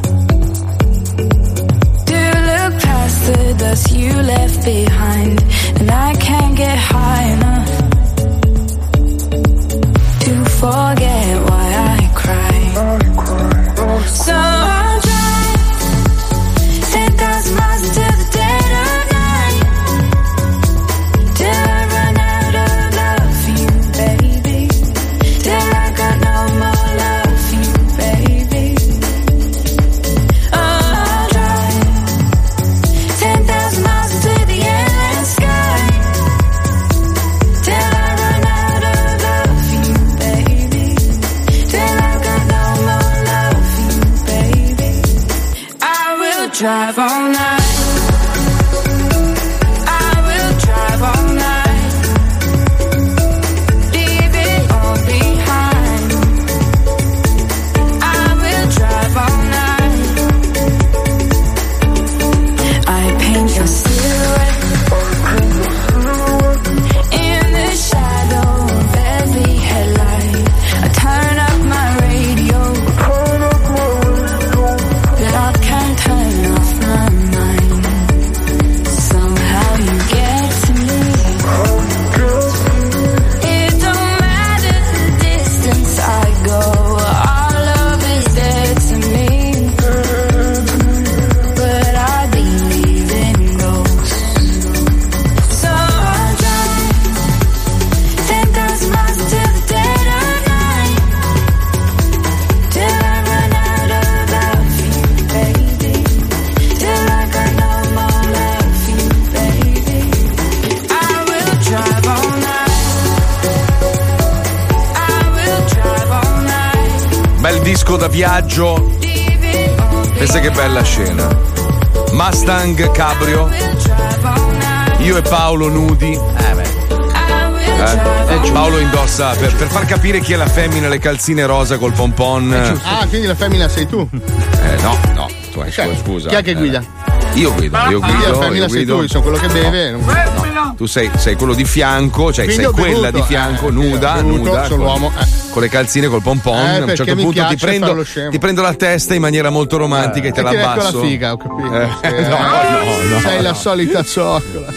to look past the dust you left behind, and I can't get high enough to forget why I cry. So I'll drive ten thousand miles into the dead of night till I run out of love for you, baby. Till I got no more love for you, baby. Oh, I'll drive ten thousand miles into the endless sky till I run out of love for you, baby. Till I got no more love for you, baby. I will drive all night. I will drive all night. Leave it all behind. I will drive all night. I paint your silhouette in the shadow of every headlight. I turn up my radio, but I can't turn off my mind. drive all night. I will drive all night. Bel disco da viaggio. Pensa che bella scena. Mustang Cabrio. Io e Paolo nudi. Eh beh. Eh, Paolo indossa per, per far capire chi è la femmina le calzine rosa col pompon. Ah, quindi la femmina sei tu? Eh no, no, tu hai Cioè, scusa. chi è che guida? Eh, io guido, io Quindi guido. la femmina io sei guido. tu, io sono quello che beve. non- No, tu sei, sei quello di fianco, cioè Quindi sei ho quella bevuto, di fianco, eh, nuda, ho bevuto, nuda. sono con, l'uomo, eh. con le calzine col pompon. Eh, a un perché certo mi punto ti piace prendo, fare lo scemo. ti prendo la testa in maniera molto romantica e te E la ti lecco abbasso. la figa, ho capito. Eh, Sì, no, eh. no, no, Sei no. la solita zoccola.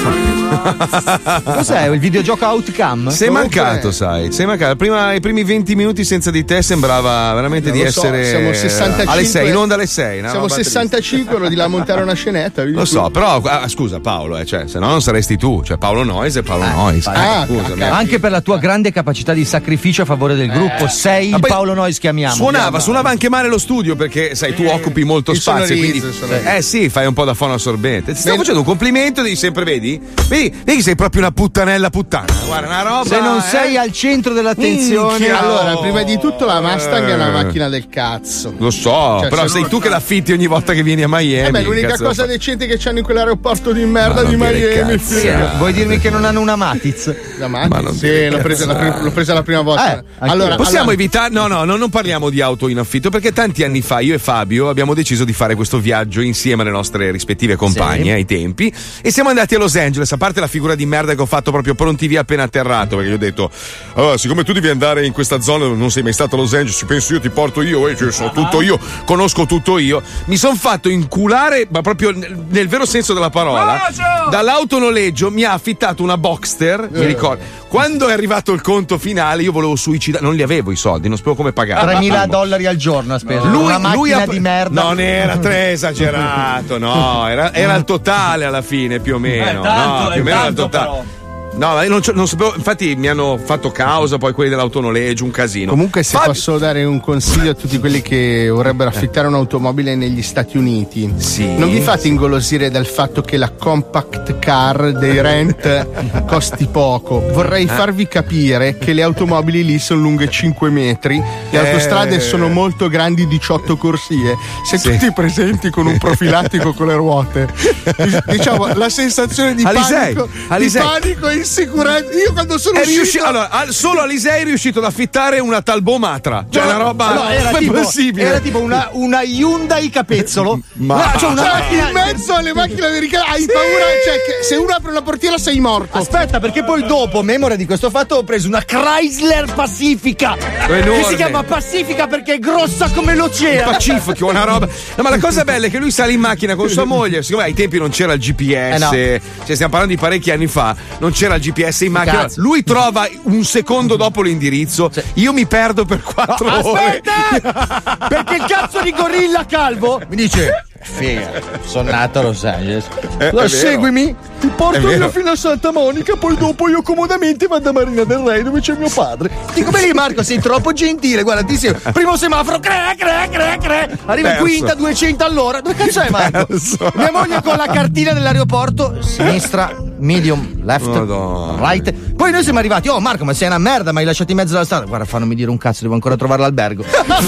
Cos'è il videogioco Outcome? Sei Comunque- mancato, sai, sei mancato. Prima, i primi venti minuti senza di te sembrava veramente Non di lo so, essere siamo sessantacinque alle sei, in onda alle sei. no? Siamo Una batteria. sessantacinque, ero di là a montare una scenetta. vedi Lo tu. so, però ah, scusa Paolo, eh, cioè, se no non saresti tu, cioè Paolo Noyes e Paolo Noyes. Ah, Eh, scusami. Anche per la tua grande capacità di sacrificio a favore del gruppo, sei Ma il poi Paolo Noyes che amiamo. Suonava, suonava anche male lo studio perché sai, tu occupi molto il spazio, sonorizzo, quindi il sonorizzo. eh sì, fai un po' da fono assorbente. Ti stavo Men- facendo un complimento, devi sempre vedi? Vedi, vedi che sei proprio una puttanella puttana. Guarda, una roba. Se non eh. sei al centro dell'attenzione. Minchia. Allora, prima di tutto la Mustang è una Eh. macchina del cazzo. Lo so, Cioè, però se sei non- tu che l'affitti ogni volta che vieni a Miami. Eh beh, l'unica cazzo cosa fa- decente che c'hanno in quell'aeroporto di merda Ma di non dire Miami. cazzi, figa. eh. Vuoi dirmi che non hanno una Matiz? La Ma macchina? non Sì, dire l'ho presa, la cazzate. pri- l'ho presa la prima volta. Eh, anch'io. allora, Possiamo allora- evitare? No, no, no, non parliamo di auto in affitto perché tanti anni fa io e Fabio abbiamo deciso di fare questo viaggio insieme alle nostre rispettive compagne Sì. ai tempi e siamo andati a Los Angeles, a parte la figura di merda che ho fatto proprio pronti via appena atterrato perché gli ho detto allora, siccome tu devi andare in questa zona non sei mai stato a Los Angeles, ci penso io, ti porto io, eh, cioè, so tutto io, conosco tutto io. Mi sono fatto inculare, ma proprio nel, nel vero senso della parola, dall'autonoleggio mi ha affittato una Boxster, mi ricordo. Quando è arrivato il conto finale io volevo suicidare, non li avevo i soldi, non sapevo come pagare. tremila dollari al giorno ha speso. Lui, una lui macchina ha- di merda. Non era tre esagerato, no, era, era il totale alla fine più o meno. Eh, tanto, no, è più o meno era il tanto, totale. però. No, ma io non, c'ho- non sapevo, infatti mi hanno fatto causa poi quelli dell'autonoleggio, un casino. Comunque, se Fabio- posso dare un consiglio a tutti quelli che vorrebbero affittare un'automobile negli Stati Uniti, Sì. non vi fate ingolosire dal fatto che la compact car dei rent costi poco. Vorrei farvi capire che le automobili lì sono lunghe cinque metri, le Eh. autostrade sono molto grandi, diciotto corsie. Se Sì. tutti presenti con un profilattico con le ruote, diciamo la sensazione di Alisei, panico, Alisei. di panico e insicurezza. Io quando sono È uscito, riuscito, allora, al- solo Alisei è riuscito ad affittare una Talbot Matra. Cioè, No, una roba. No, era come è tipo, possibile? era tipo una, una Hyundai capezzolo. Ma- No, cioè una cioè, macchina in mezzo alle macchine americane hai paura, cioè che se uno apre la portiera sei morto. Aspetta, perché poi dopo, memoria di questo fatto, ho preso una Chrysler Pacifica. Enorme. Che si chiama Pacifica perché è grossa come l'oceano. Pacifico, una roba. No, ma la cosa bella è che lui sale in macchina con sua moglie. Siccome ai tempi non c'era il G P S, Eh no. cioè stiamo parlando di parecchi anni fa, non c'era il G P S in macchina. Cazzo. Lui trova un secondo dopo l'indirizzo. Io mi perdo per quattro ore. Aspetta! Perché il cazzo di gorilla calvo mi dice: figa, sono nato a Los Angeles. Eh, è La vero. seguimi, ti È porto vero. io fino a Santa Monica, poi dopo io comodamente vado a Marina del Rey dove c'è mio padre. Dico, beh lì Marco, sei troppo gentile, guarda, ti seguo. Primo semaforo, cre, cre, cre, cre. Arriva in Perso. quinta, duecento all'ora. Dove cazzo è Marco? Perso. Mia moglie con la cartina dell'aeroporto, sinistra, medium, left, Madonna. right. Poi noi siamo arrivati, oh Marco, ma sei una merda, mi hai lasciato in mezzo alla strada. Guarda, fanno mi dire un cazzo, devo ancora trovare l'albergo.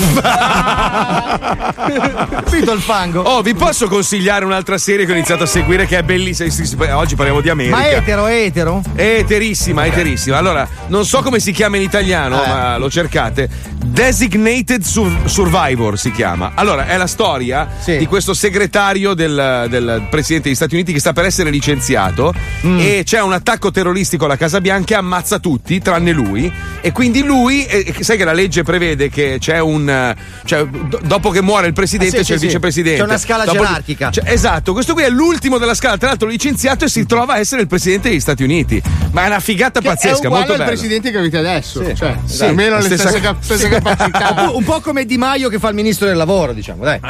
Capito il fango? Oh, vi posso consigliare un'altra serie che ho iniziato a seguire che è bellissima. Sì, sì, Oggi parliamo di America. Ma è etero, è etero? È eterissima, è eterissima. Allora, non so come si chiama in italiano, Eh. ma lo cercate. Designated Sur- Survivor si chiama. Allora, è la storia Sì. di questo segretario del, del presidente degli Stati Uniti che sta per essere licenziato Mm. e c'è un attacco terroristico alla Casa Bianca e ammazza tutti, tranne lui. E quindi lui, eh, sai che la legge prevede che c'è un. eh, Cioè, do- dopo che muore il presidente Ah, sì, c'è sì, il sì. vicepresidente. C'è una scala Dopo- gerarchica. cioè, esatto, questo qui è l'ultimo della scala, tra l'altro licenziato e si trova a essere il presidente degli Stati Uniti. Ma è una figata Che pazzesca, è uguale molto al bella. presidente che avete adesso, Sì. cioè Sì. più o meno le Stessa- stesse, cap- stesse sì. capacità. Un po', un po' come Di Maio che fa il ministro del lavoro, diciamo, dai.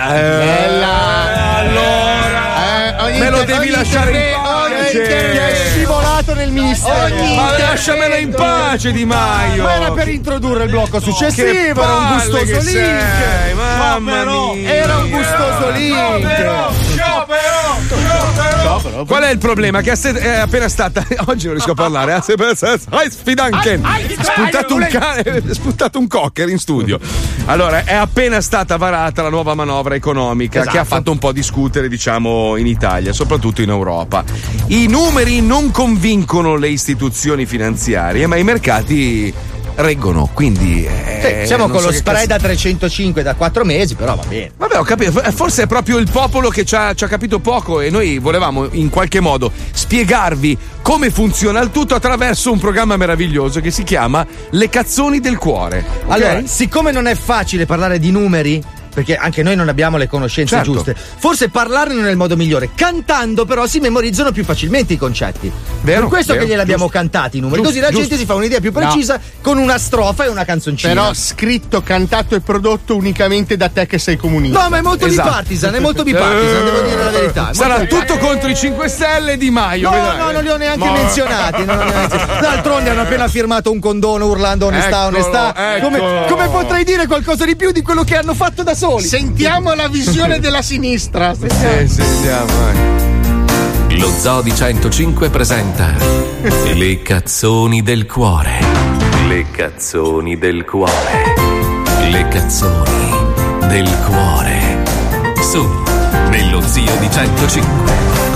allora, Me lo devi lasciare in pace. Che è scivolato nel ministero. Ma lasciamela in pace, Di Maio. Ma era per introdurre il blocco successivo, Che era un palle gustoso che link. sei, mamma mia. Era un gustoso link. Sciopero! Qual è il problema? Che è appena stata. Oggi non riesco a parlare. Hai sfidanken. Spuntato un cane, spuntato un cocker in studio. Allora, è appena stata varata la nuova manovra economica, esatto, che ha fatto un po' discutere, diciamo, in Italia, soprattutto in Europa. I numeri non convincono le istituzioni finanziarie, ma i mercati reggono, quindi eh, sì, siamo con so lo spread cazzo... da trecentocinque da quattro mesi, però va bene. Vabbè, ho capito, forse è proprio il popolo che ci ha, ci ha capito poco e noi volevamo in qualche modo spiegarvi come funziona il tutto attraverso un programma meraviglioso che si chiama Le Cazzoni del Cuore. Okay? Allora, siccome non è facile parlare di numeri, perché anche noi non abbiamo le conoscenze certo. giuste, forse parlarne non è il modo migliore. Cantando però si memorizzano più facilmente i concetti. Vero, per questo vero, che gliel'abbiamo giusto. cantati i numeri, Giusto, così la giusto. gente si fa un'idea più precisa No. con una strofa e una canzoncina. Però scritto, cantato e prodotto unicamente da te che sei comunista. No, ma è molto Esatto. bipartisan, è molto bipartisan, devo dire la verità. Sarà Molto- tutto contro i cinque Stelle e Di Maio. No, vedrai. no, non li ho neanche Ma- menzionati. Non li ho neanche menzionati. D'altronde hanno appena firmato un condono urlando onestà, Eccolo, onestà. Come, eccolo. come potrei dire qualcosa di più di quello che hanno fatto da soli? Sentiamo la visione della sinistra. Sì, sì, andiamo, vai. Lo Zoo di centocinque presenta Le Cazzoni del Cuore. Le Cazzoni del Cuore. Le Cazzoni del Cuore. Su, nello Zio di centocinque.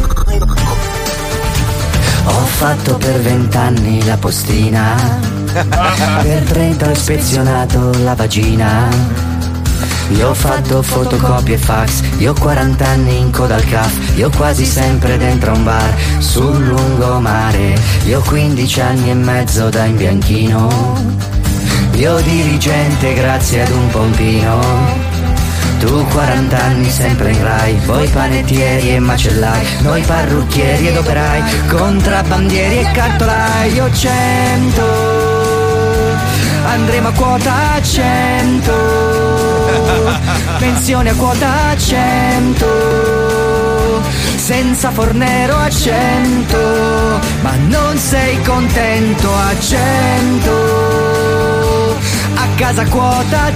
Ho fatto per vent'anni la postina, per trenta ho ispezionato la vagina. Io ho fatto fotocopie e fax, io ho quaranta anni in coda al C A F, io quasi sempre dentro a un bar sul lungomare. Io ho quindici anni e mezzo da imbianchino, io dirigente grazie ad un pompino. Tu quaranta anni sempre in Rai, voi panettieri e macellai, noi parrucchieri ed operai, contrabbandieri e cartolai. Io cento, andremo a quota cento, pensione a quota cento, senza Fornero a cento, ma non sei contento a cento, a casa quota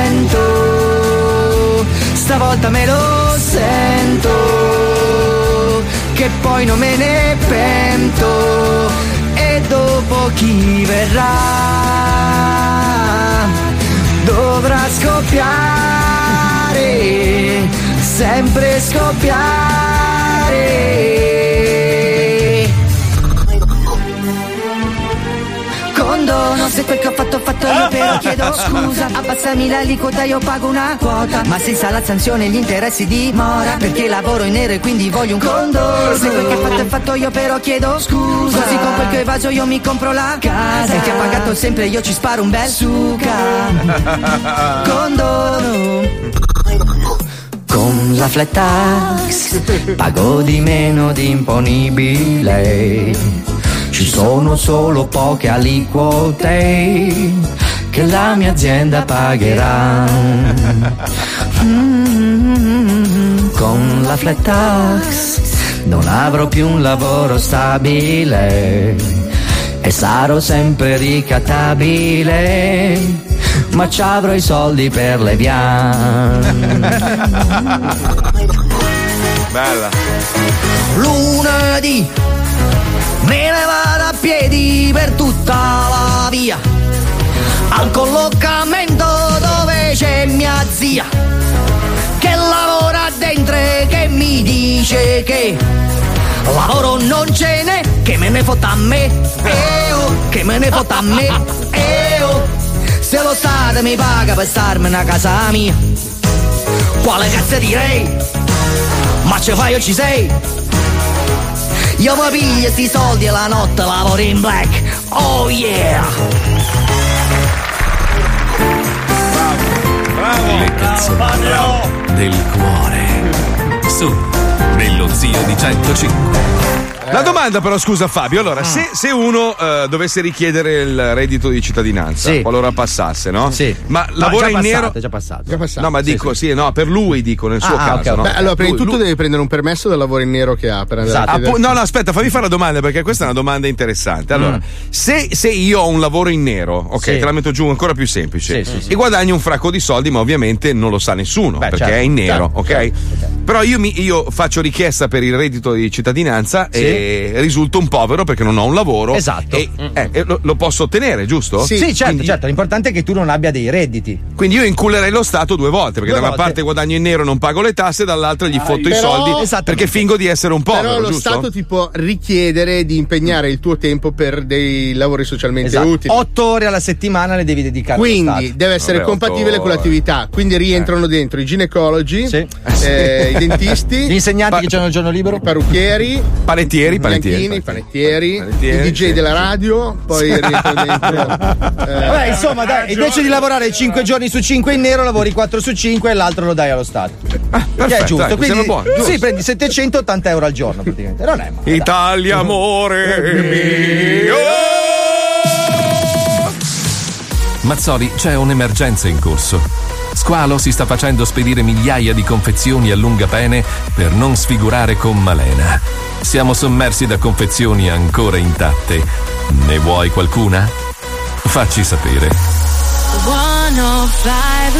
cento, stavolta me lo sento, che poi non me ne pento, e dopo chi verrà dovrà scoppiare, sempre scoppiare. Condono, se quel che ho fatto ho fatto io, però chiedo scusa. Abbassami l'aliquota, io pago una quota, ma senza la sanzione e gli interessi di mora, perché lavoro in nero e quindi voglio un condono. Se quel che ho fatto ho fatto io, però chiedo scusa. Così con quel che ho evaso io mi compro la casa, e che ha pagato sempre io ci sparo un bel suca. Condono. Con la flat tax pago di meno di imponibile, ci sono solo poche aliquote che la mia azienda pagherà. Mm, con la flat tax non avrò più un lavoro stabile e sarò sempre ricattabile, ma ci avrò i soldi per le viande. Bella. Lunedì me ne vado a piedi per tutta la via, al collocamento dove c'è mia zia, che lavora dentro e che mi dice che lavoro non ce n'è, che me ne fotta a me, eh oh, che me ne fotta a me, eh oh. Se lo Stato mi paga per starmi una casa mia, quale cazzo direi? Ma ce fai o ci sei? Io mi piglio sti soldi e la notte lavoro in black, oh yeah! Bravo, Le Cazzoni del Cuore. Su, nello Zio di centocinque. La domanda però, scusa Fabio, allora, se, se uno uh, dovesse richiedere il reddito di cittadinanza, Sì. qualora passasse, no? Sì. Ma No, lavora già in passato, nero. è già passato. Già passato. No, ma Sì, dico, sì. sì, no, per lui dico, nel suo Ah, caso. ok, no? Beh, allora, prima Lui- di tutto lui- devi prendere un permesso del lavoro in nero che ha per andare Esatto. a chiedere- Appu- no, no, aspetta, fammi fare la domanda perché questa è una domanda interessante. Allora, se, se io ho un lavoro in nero, ok, Sì. te la metto giù ancora più semplice, Sì, sì, sì. e guadagno un fracco di soldi, ma ovviamente non lo sa nessuno Beh, perché certo, è in nero, certo, ok? certo, ok. Però io, mi, io faccio richiesta per il reddito di cittadinanza Sì. e risulto un povero perché non ho un lavoro. Esatto. E, eh, e lo, lo posso ottenere, giusto? Sì, certo, Quindi- certo. L'importante è che tu non abbia dei redditi. Quindi io incullerei lo Stato due volte, perché Due da una volte. parte guadagno in nero, non pago le tasse, dall'altra gli fotto i Però- soldi Esattamente. perché fingo di essere un povero, Però lo giusto? Stato ti può richiedere di impegnare il tuo tempo per dei lavori socialmente Esatto. utili. Otto ore alla settimana le devi dedicare allo Quindi Stato. deve essere Vabbè, compatibile otto con ore. l'attività. Quindi rientrano dentro i ginecologi, eh, i dentisti, Gli insegnanti che hanno il giorno libero, i parrucchieri, panettieri, panettieri, i panettieri, panettieri, i D J sì, della sì. radio, poi rientrano dentro. eh, Vabbè, insomma, dai, invece di lavorare cinque giorni su cinque in nero, lavori quattro su cinque e l'altro lo dai allo Stato. che è perfetto, giusto. dai, mi Quindi, sembra buono, giusto. sì, prendi settecentottanta euro al giorno praticamente. Non è male. Italia, amore mio. Mazzoli, c'è un'emergenza in corso. Squalo si sta facendo spedire migliaia di confezioni a lunga pene per non sfigurare con Malena. Siamo sommersi da confezioni ancora intatte. Ne vuoi qualcuna? Facci sapere. centocinque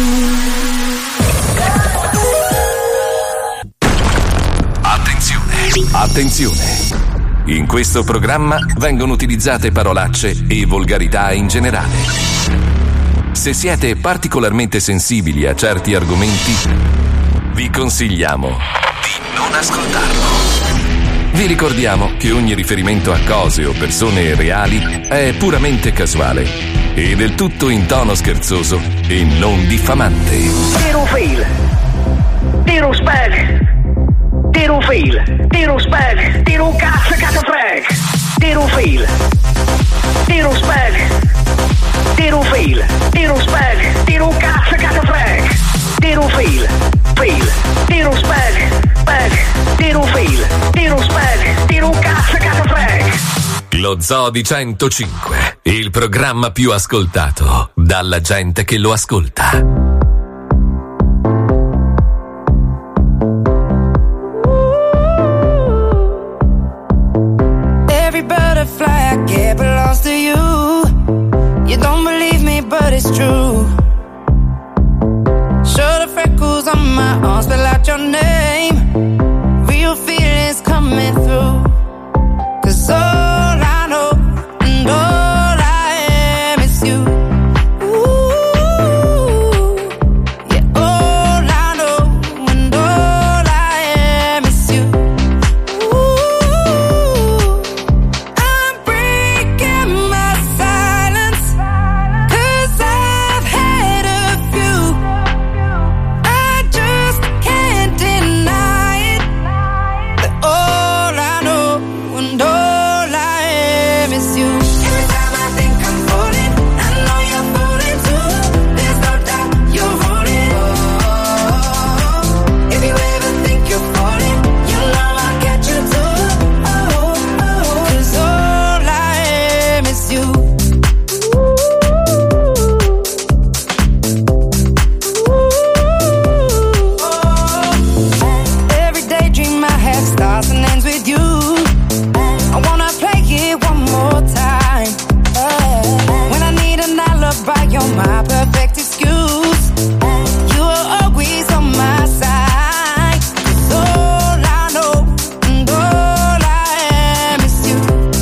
Attenzione! Attenzione! In questo programma vengono utilizzate parolacce e volgarità in generale. Se siete particolarmente sensibili a certi argomenti, vi consigliamo di non ascoltarlo. Vi ricordiamo che ogni riferimento a cose o persone reali è puramente casuale e del tutto in tono scherzoso e non diffamante. Tiro fail. Tiro spag. Tiro fail. Tiro spag. Tiro cazzo cazzo frag. Tiro fail. Tiro spag. Tiro fail. Tiro spag. Tiro cazzo cazzo frag. Tiro fail. Fail. Tiro spag. Spag. Tiro fail. Tiro spag. Tiro cazzo cazzo frag. Lo Zoo di centocinque, il programma più ascoltato dalla gente che lo ascolta. Every butterfly I get belongs to you. You don't believe me, but it's true. Show the freckles on my arm, spell out your name. Real feelings coming through. Cause all I know and all I am is you. Ooh, yeah, all I know and all I am is you. Ooh, I'm breaking my silence, cause I've had a few. I just can't deny it, that all I know and all I am is you. Every time I think I'm falling, I know you're falling too. There's no doubt you're falling. Oh, if you ever think you're falling, you know I'll get you too. Oh, oh, cause all I am is you. Every daydream I have starts and ends with you. I wanna play it one more time. When I need an alibi, you're my perfect excuse. You are always on my side. 'Cause all I know and all I am is you.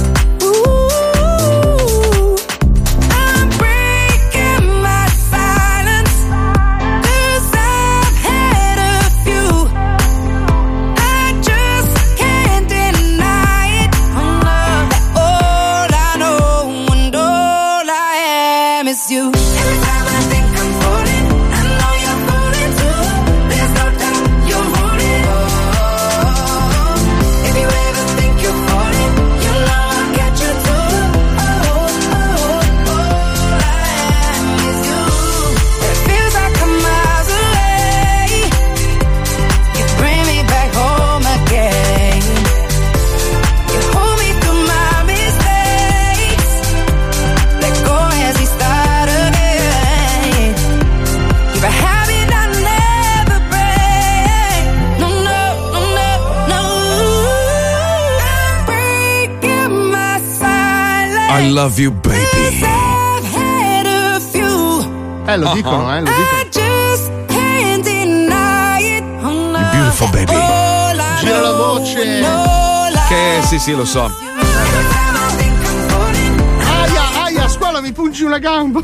Ooh, I'm breaking my silence, 'cause I've had a few. I just can't deny it. Oh, no. That all I know and all I am is you. Every time I think I'm falling, I know you're falling too. There's no doubt you're falling. Oh, if you ever think you're falling, you know I'll get you too. Oh, oh, all I am is you. It feels like I'm miles away. You bring me back home again. You hold me through my mistakes. Let go as we start again. You're a habit I never break. No, no, no, no, no. I'm breaking my silence. I love you, baby. I've had a few. Eh, lo dicono, eh, lo dicono. I just can't deny it. Oh, no. Beautiful baby. Gira la voce. Che sì, sì, lo so. Aia, aia, a scuola mi pungi una gamba.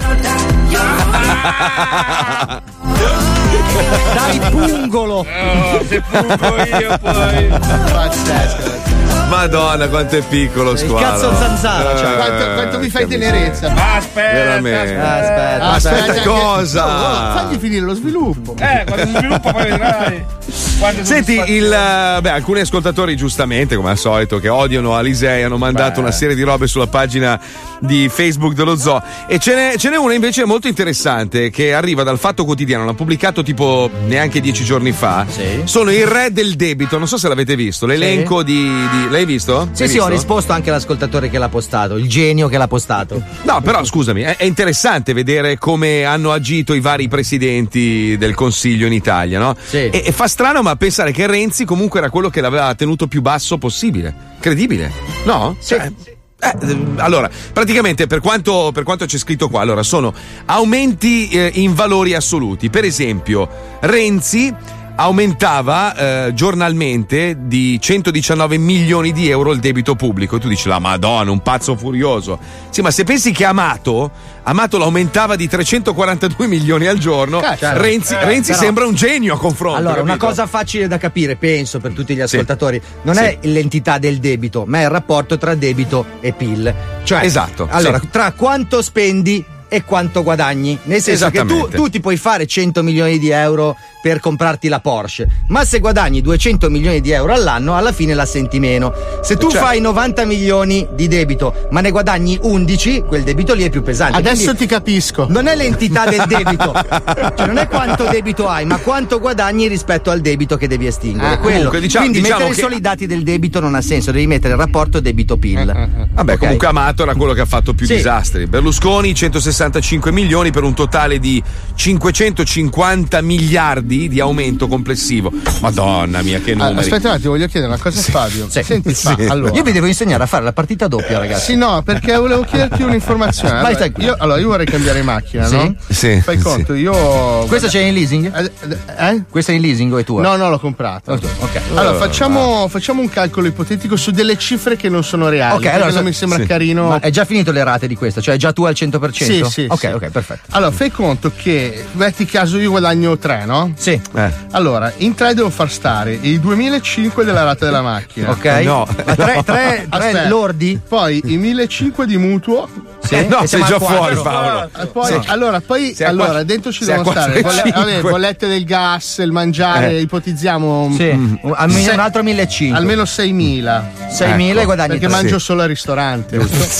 Dai, pungolo. Oh, se pungo io poi. Pazzesco. Madonna, quanto è piccolo, squalo. Il cazzo zanzara, cioè. Eh, Quanto, quanto mi fai che tenerezza? Ma aspetta, Veramente. Aspetta, Aspetta, aspetta, cosa? Che... Oh, fagli finire lo sviluppo. Eh, quando si sviluppa poi vedrai. Quante Senti, soddisfazioni. il, beh, alcuni ascoltatori, giustamente, come al solito, che odiano Alisei, hanno mandato Beh. una serie di robe sulla pagina di Facebook dello Zoo. E ce n'è, ce n'è una invece molto interessante che arriva dal Fatto Quotidiano, l'ha pubblicato tipo neanche dieci giorni fa. Sì. Sono i re del debito, non so se l'avete visto, l'elenco di, di. L'hai visto? Sì, L'hai sì, ho visto? risposto anche all'ascoltatore che l'ha postato, il genio che l'ha postato. No, però scusami, è, è interessante vedere come hanno agito i vari presidenti del Consiglio in Italia, no? Sì. E, e fa strano, ma pensare che Renzi comunque era quello che l'aveva tenuto più basso possibile. Credibile, no? Sì. Cioè, eh, allora, praticamente per quanto, per quanto c'è scritto qua, allora sono aumenti eh, in valori assoluti. Per esempio, Renzi aumentava eh, giornalmente di centodiciannove milioni di euro il debito pubblico. E tu dici, la Madonna, un pazzo furioso. Sì, ma se pensi che Amato, Amato lo aumentava di trecentoquarantadue milioni al giorno, Cazzo. Renzi, Eh, Renzi però- sembra un genio a confronto. Allora, una capito? cosa facile da capire, penso, per tutti gli ascoltatori, non Sì. è l'entità del debito, ma è il rapporto tra debito e P I L. Cioè, Esatto, allora, sì. tra quanto spendi e quanto guadagni. Nel senso che tu, Esattamente. tu ti puoi fare cento milioni di euro per comprarti la Porsche, ma se guadagni duecento milioni di euro all'anno, alla fine la senti meno. Se tu Certo. fai novanta milioni di debito, ma ne guadagni undici, quel debito lì è più pesante. Adesso Quindi ti capisco. non è l'entità del debito, cioè non è quanto debito hai, ma quanto guadagni rispetto al debito che devi estinguere. Ah, Quello. comunque, diciamo- Quindi diciamo mettere che- solo i dati del debito non ha senso, devi mettere il rapporto debito-P I L. Vabbè, Ok? comunque Amato era quello che ha fatto più Sì. disastri. Berlusconi centosessantacinque milioni per un totale di cinquecentocinquanta miliardi di aumento complessivo. Madonna mia, che Ah, numeri. aspetta un attimo, voglio chiedere una cosa a Fabio. Sì. Senti, fa, Sì. allora. Io vi devo insegnare a fare la partita doppia, ragazzi. Sì, no, perché volevo chiederti un'informazione. Vai, Allora, stai qui. io, allora, io vorrei cambiare macchina, Sì? no? Sì, Fai sì. conto, io. Questa c'è in leasing? Eh? eh? Questa è in leasing o è tua? No, no, l'ho comprata. Ok. Allora, Eh, facciamo, facciamo un calcolo ipotetico su delle cifre che non sono reali. Ok, perché allora non mi sembra sì. carino. Ma è già finito le rate di questa? Cioè è già tu al cento per cento? Sì, sì, Ok, sì. ok, perfetto. Allora, fai conto che, metti caso io guadagno tre, no? Sì. Eh. Allora, in tre devo far stare i duemilacinque della rata della macchina. Ok. No. Ma tre, tre, tre Aspetta. lordi? Poi i millecinquecento di mutuo. Sì. Eh, no, E sei siamo già al quattro. fuori, Paolo. E poi, Sì. allora, poi Sei a allora, quattro- dentro ci sei a devono stare quattro e bolle- vabbè, cinque. bollette del gas, il mangiare, Eh. ipotizziamo Sì. mm, Almeno se- un altro millecinquecento. almeno seimila. seimila Ecco, e guadagni Perché tre. mangio Sì. solo al ristorante.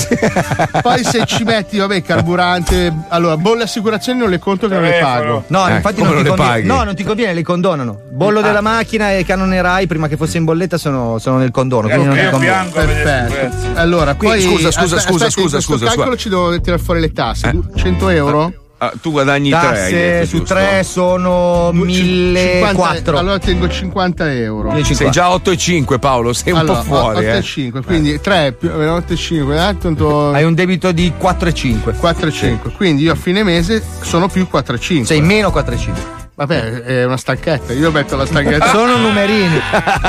Poi se ci metti, vabbè, carburante, allora, bolle e assicurazioni non le conto che non le pago. No, Eh, infatti come non ti non le conviene. paghi? No, non ti conviene, le condonano. Bollo Ah. della macchina e canone Rai prima che fosse in bolletta sono, sono nel condono. Quindi non ti io conviene. piango a vedere questi Perfetto. prezzi. Allora, Quindi, poi scusa, scusa, aspetta, scusa, aspetta, scusa, in questo scusa, calcolo scusa. ci devo tirare fuori le tasse. Eh. cento euro? Ah, tu guadagni tre. hai Tasse detto, su giusto? tre sono millequattrocento. Allora tengo cinquanta euro. Sei già otto e cinque, Paolo, sei un allora, po' fuori. otto eh. e cinque, quindi tre più otto e cinque, eh, tanto Hai un debito di quattro e cinque. quattro e cinque. Quindi io a fine mese sono più quattro e cinque. Sei meno quattro e cinque. Vabbè, è una stanchetta. Io metto la stanchetta. Sono numerini.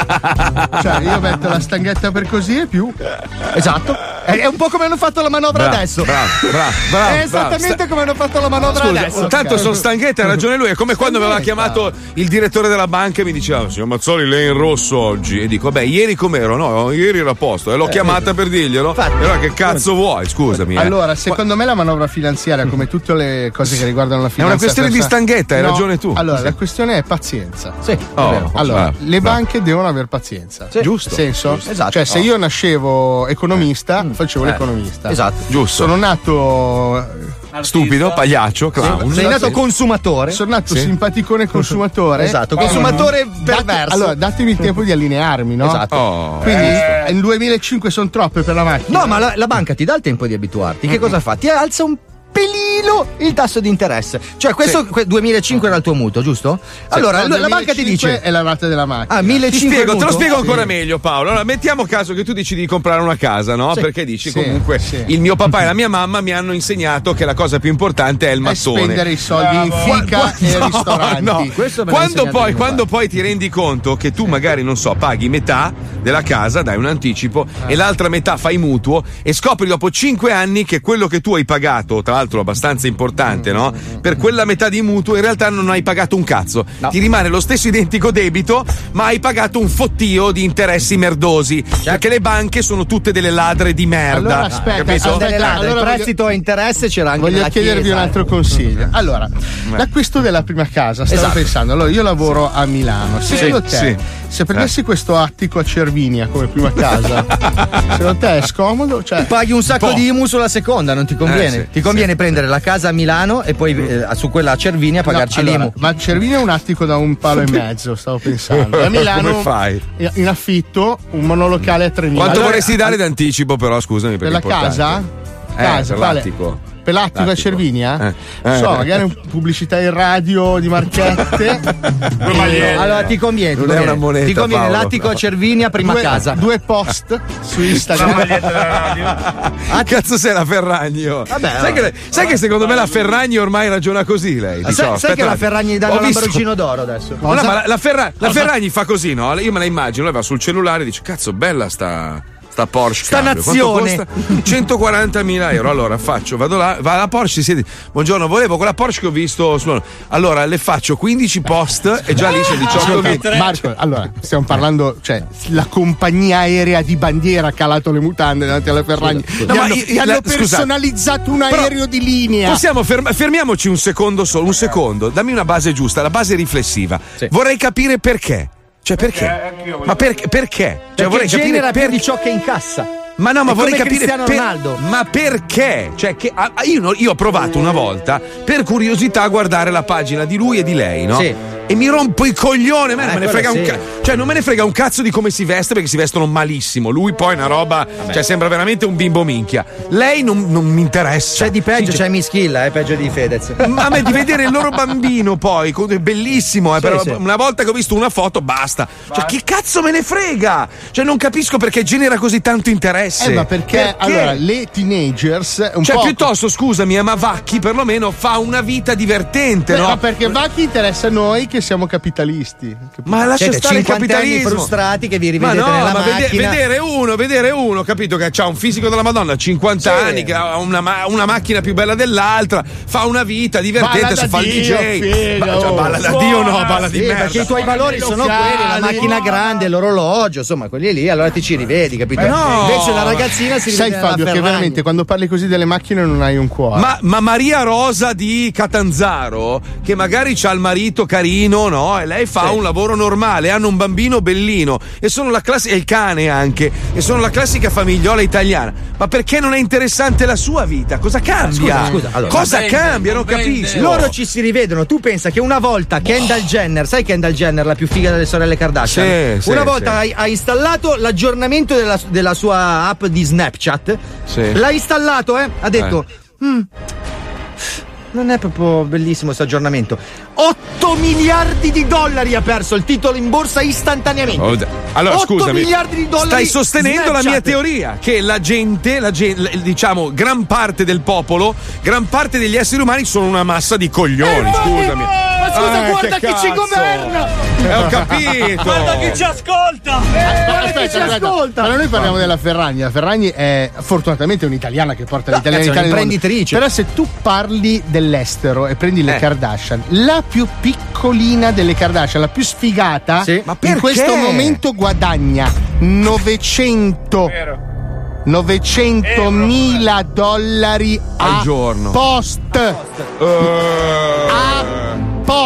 Cioè, io metto la stanghetta per così e più. Esatto. È è un po' come hanno fatto la manovra Bravo, adesso. bravo, bravo, bravo, È esattamente bravo. come hanno fatto la manovra Scusa, adesso. tanto sono stanchetta, ha ragione lui. È come quando mi aveva chiamato il direttore della banca e mi diceva: signor Mazzoli, lei è in rosso oggi. E dico: beh, ieri com'ero? No, ieri era a posto. E l'ho chiamata per dirglielo. E allora che cazzo vuoi? Scusami. eh. Allora, secondo me la manovra finanziaria, come tutte le cose che riguardano la È finanza, una questione di personale- stanghetta, hai No, ragione tu. Allora, Sì. la questione è pazienza. Sì, Oh, è vero. Allora, ah, le ah. banche devono avere pazienza. Sì. Giusto. Nel senso? Esatto. Cioè, se Oh. io nascevo economista, facevo Eh. l'economista. Esatto. Giusto. Sono nato. Stupido, pagliaccio, clown. Sei nato consumatore. Sono nato Sì. simpaticone consumatore. Esatto, consumatore perverso. Dat- allora, datemi il tempo di allinearmi, no? Esatto. Oh, Quindi eh. in duemilacinque sono troppe per la macchina. No, ma la, la banca ti dà il tempo di abituarti. Che cosa fa? Ti alza un pelino il tasso di interesse. Cioè questo Sì. duemilacinque era il tuo mutuo, giusto? Allora no, la banca ti dice è la rata della macchina. Ah, Ti millecinquecento spiego, te lo spiego mutuo? ancora Sì. meglio, Paolo. Allora, mettiamo caso che tu decidi di comprare una casa, no? Sì. Perché dici Sì, comunque sì. il mio papà e la mia mamma mi hanno insegnato che la cosa più importante è il È mattone. spendere i soldi in fica Qua- e no, ristoranti. no. Questo me l'ha Quando insegnato poi, mio quando poi ti rendi conto che tu magari, non so, paghi metà della casa, dai un anticipo, Eh. e l'altra metà fai mutuo, e scopri dopo cinque anni che quello che tu hai pagato, tra l'altro abbastanza importante, no? Per quella metà di mutuo in realtà non hai pagato un cazzo. Ti rimane lo stesso identico debito, ma hai pagato un fottio di interessi merdosi. Perché le banche sono tutte delle ladre di merda. Allora aspetta, capito? aspetta, Delle ladre, allora il voglio- prestito a interesse c'era anche Voglio nella chiedervi chiesa, un altro eh. consiglio. Allora, l'acquisto della prima casa, stavo Esatto. pensando, allora io lavoro a Milano. Secondo Sì, te, sì. se prendessi questo attico a Cervinia come prima casa, secondo te è scomodo? Cioè, Paghi un sacco Po'. di I M U sulla seconda, non ti conviene. Eh, sì, ti conviene prendere la casa a Milano e poi eh, su quella a Cervinia pagarci no, allora, l'I M U. ma Cervinia è un attico da un palo e mezzo, stavo pensando. E a Milano Come fai? in affitto un monolocale a tremila. Quanto Allora, vorresti dare d'anticipo, però, scusami, per perché la è importante. casa? Eh, Casa, per quale? l'attico. Per l'attico a L'attico. Cervinia? Eh. Non so, Eh. magari pubblicità in radio di marchette. E- Allora ti conviene, ti Non è conviene, una moneta, ti conviene Paolo. l'attico a Cervinia, prima due, casa. due post su Instagram. Ah, cazzo sei la Ferragni? oh? Vabbè, sai, che, sai che secondo me la Ferragni ormai ragiona così lei? Sai, Dice, oh, sai aspetta che un la attimo. Ferragni danno Ho un visto- Lamborghini d'oro adesso? No, no, ma la, la, Ferra- la Ferragni fa così, no? Io me la immagino, lei va sul cellulare e dice: cazzo, bella sta. Sta Porsche Sta cambio. Quanto nazione. costa? centoquarantamila euro. Allora faccio, vado là, va alla Porsche, si siede. Buongiorno, volevo quella Porsche che ho visto su. Allora le faccio quindici post e già lì sono diciotto mila. Marco, allora, stiamo parlando, cioè, la compagnia aerea di bandiera ha calato le mutande davanti alla Ferragni. Gli No, ma hanno, io- gli hanno la- scusa. personalizzato un Però- aereo di linea. Possiamo ferm- fermiamoci un secondo solo, un secondo. Dammi una base giusta, la base riflessiva. Vorrei capire perché. Cioè perché? Ma perché? Perché? Cioè Perché vorrei capire genera più perché. di ciò che incassa. Ma no, ma È vorrei come capire Cristiano per- Ronaldo. ma perché? Cioè, che, ah, io, no- io ho provato una volta per curiosità a guardare la pagina di lui e di lei, no? Sì. E mi rompo il coglione, me, Eh, me ne quello frega un sì. ca- cioè non me ne frega un cazzo di come si veste perché si vestono malissimo. Lui poi è una roba, cioè sembra veramente un bimbo minchia. Lei non, non mi interessa. C'è di peggio, Sì, c'è Mischilla, è peggio di Fedez. ma a me di vedere il loro bambino poi è bellissimo, eh, Sì, però sì. una volta che ho visto una foto basta. Cioè chi cazzo me ne frega? Cioè non capisco perché genera così tanto interesse. Eh, ma perché, allora le teenagers un Cioè, po'. piuttosto, scusami, eh, ma Vacchi perlomeno fa una vita divertente, Beh, no? ma perché Vacchi interessa a noi che siamo capitalisti. Ma lascia Siete stare il cinquanta anni capitalismo. frustrati che vi Ma rivedete no, nella ma vede- macchina. vedere uno, vedere uno, capito, che ha un fisico della Madonna, cinquanta Sì. anni, che ha una, ma- una macchina più bella dell'altra, fa una vita divertente, Balla si da fa il Dio, D J. figa, Ma- cioè, oh. balla da Dio, no, balla di Sì, merda. perché i tuoi valori sono locali. quelli, la macchina grande, l'orologio, insomma, quelli lì, allora ti ci rivedi, capito? no. Invece la ragazzina si Sai rivede nella Fabio che Ferragni. veramente quando parli così delle macchine non hai un cuore. Ma, ma Maria Rosa di Catanzaro, che magari c'ha il marito carino, no? E lei fa Sì. un lavoro normale, hanno un bambino bellino e sono la classica, e il cane anche, e sono la classica famigliola italiana. Ma perché non è interessante la sua vita? Cosa cambia? Scusa, scusa, allora. Cosa Vende, cambia? Non vende. capisco. Loro ci si rivedono. Tu pensa che una volta Kendall Jenner, sai Kendall Jenner, la più figa delle sorelle Kardashian? Sì, una sì, volta sì. ha, ha installato l'aggiornamento della, della sua app di Snapchat. Sì. L'ha installato, eh? Ha detto. "Mm, non è proprio bellissimo questo aggiornamento. otto miliardi di dollari ha perso il titolo in borsa istantaneamente. Oh, d- allora, otto scusami, miliardi di dollari. stai sostenendo la mia Snapchat. teoria che la gente, la gen- l- diciamo, gran parte del popolo, gran parte degli esseri umani sono una massa di coglioni. Scusami. Ma scusa, Eh, guarda che chi ci cazzo. governa! Eh, ho capito. Guarda chi ci ascolta! Eh, guarda chi ci aspetta, ascolta! allora noi parliamo della Ferragni. La Ferragni è fortunatamente un'italiana che porta l'italiana cazzo, in Italia. un'imprenditrice. Però se tu parli dell'estero e prendi le Eh. Kardashian, la più piccolina delle Kardashian, la più sfigata, Sì. Ma in perché? questo momento guadagna novecento novecentomila dollari Al a giorno. post. Eh. A post.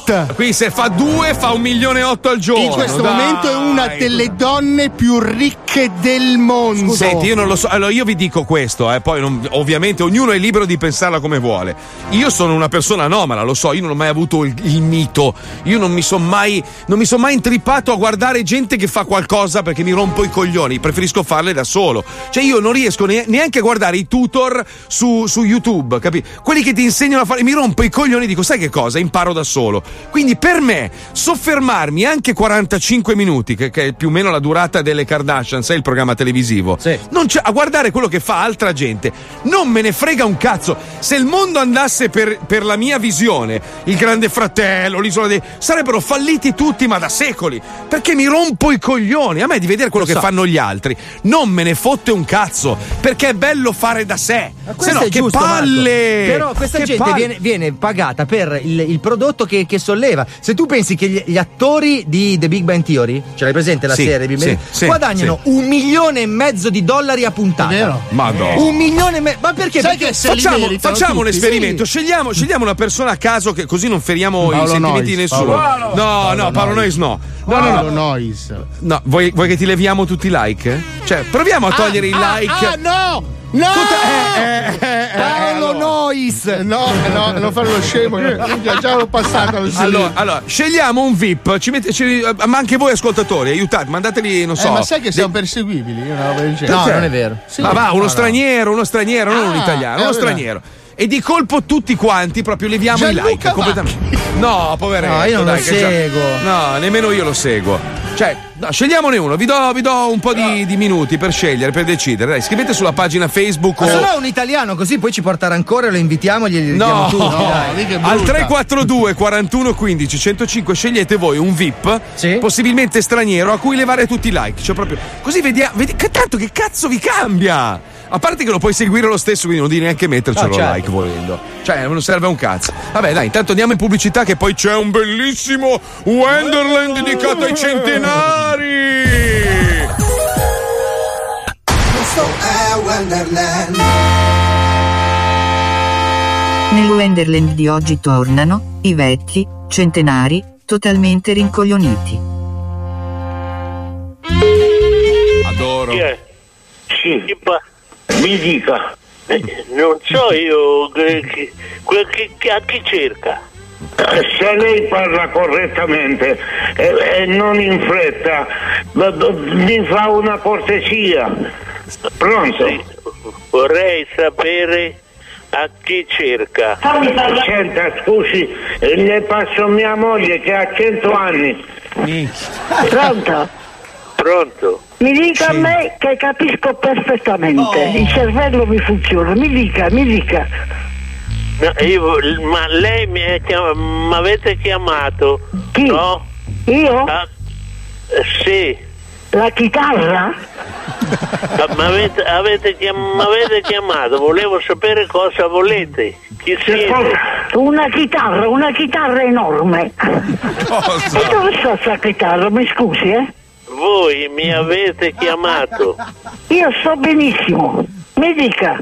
hit. Qui se fa due fa un milione e otto al giorno. In questo dai. momento è una delle donne più ricche del mondo. Senti, io non lo so. Allora, io vi dico questo, eh, poi non- ovviamente ognuno è libero di pensarla come vuole. Io sono una persona anomala, lo so, io non ho mai avuto il, il mito. Io non mi sono mai, non mi sono mai intrippato a guardare gente che fa qualcosa perché mi rompo i coglioni. Preferisco farle da solo. Cioè, io non riesco ne- neanche a guardare i tutor su, su YouTube, capi? Quelli che ti insegnano a fare. Mi rompo i coglioni e dico, sai che cosa? Imparo da solo. Quindi per me, soffermarmi anche quarantacinque minuti, che, che è più o meno la durata delle Kardashian, sai il programma televisivo, non c'è, a guardare quello che fa altra gente, non me ne frega un cazzo. Se il mondo andasse per, per la mia visione, il Grande Fratello, l'isola dei, sarebbero falliti tutti, ma da secoli, perché mi rompo i coglioni. A me di vedere quello Lo che so. fanno gli altri non me ne fotte un cazzo, perché è bello fare da sé. Se Questo no, è che giusto, palle! Marco. Però questa Che gente palle! viene, viene pagata per il, il prodotto che, che solleva. Se tu pensi che gli, gli attori di The Big Bang Theory, ce l'hai presente la Sì, serie Big Bang, sì, sì, guadagnano sì. un milione e mezzo di dollari a puntata. vero? Madonna. Un milione e mezzo. Ma perché? Sai Perché che se li Facciamo, meritano facciamo un tutti. esperimento, scegliamo, scegliamo una persona a caso, che così non feriamo Paolo i sentimenti di Noyes, nessuno. Paolo- no, Paolo no, Paolo Noyes Noyes. no. No, no, Paolo no. Noyes. No, vuoi, vuoi che ti leviamo tutti i like? Cioè, proviamo a togliere i Ah, like. ah, no! No! Tutta- eh, eh, eh, Paolo allora. Noyes! No, no, non fare lo scemo, io già l'ho passato. lo Allora, allora, scegliamo un V I P, ci mette- ci- ma anche voi ascoltatori, aiutate, mandateli, non so. Eh, ma sai che siamo dei- perseguibili? Una roba del genere. No, non è vero. Sì. ma va, uno No, no. straniero, uno straniero, non un Ah, italiano, eh, uno vabbè. straniero. E di colpo tutti quanti proprio leviamo i Gianluca like completamente. No, poveretto. No, io non dai, lo che già- seguo. No, nemmeno io lo seguo. Cioè, no, scegliamone uno, vi do, vi do un po' di, di minuti per scegliere, per decidere. Dai, scrivete sulla pagina Facebook Ma o. se no è un italiano, così poi ci porta rancore e lo invitiamo e gli diamo No, tutti. dai. lì che al brutta. tre quattro due quarantuno quindici centocinque scegliete voi un V I P, Sì. possibilmente straniero, a cui levare tutti i like. Cioè proprio così vediamo, vedi, che tanto che cazzo vi cambia? A parte che lo puoi seguire lo stesso, quindi non devi neanche mettercelo No, certo. like volendo. Cioè, non serve un cazzo. Vabbè, dai, intanto andiamo in pubblicità che poi c'è un bellissimo Wonderland dedicato ai centenari. Questo è Wonderland. Nel Wonderland di oggi tornano i vecchi, centenari, totalmente rincoglioniti. Adoro. Chi è? Sì. Mi dica. Eh, non so io che, che, que- che- che- a chi cerca. Se lei parla correttamente e, e non in fretta, b- b- mi fa una cortesia. Pronto? Vorrei sapere a chi cerca. Senta, scusi, eh, le passo mia moglie che ha cento anni. Pronto? Pronto? Mi dica a me che capisco perfettamente, il cervello mi funziona, mi dica, mi dica. No, io- ma lei mi ha chiam- m'avete chiamato? Chi? No? Io? Ah, eh, sì. La chitarra? Ah, m'avete, avete chiam- m'avete chiamato, volevo sapere cosa volete. Chi siete? Una chitarra, una chitarra enorme. E dove sta questa chitarra? Mi scusi, eh? Voi mi avete chiamato. Io sto benissimo, mi dica.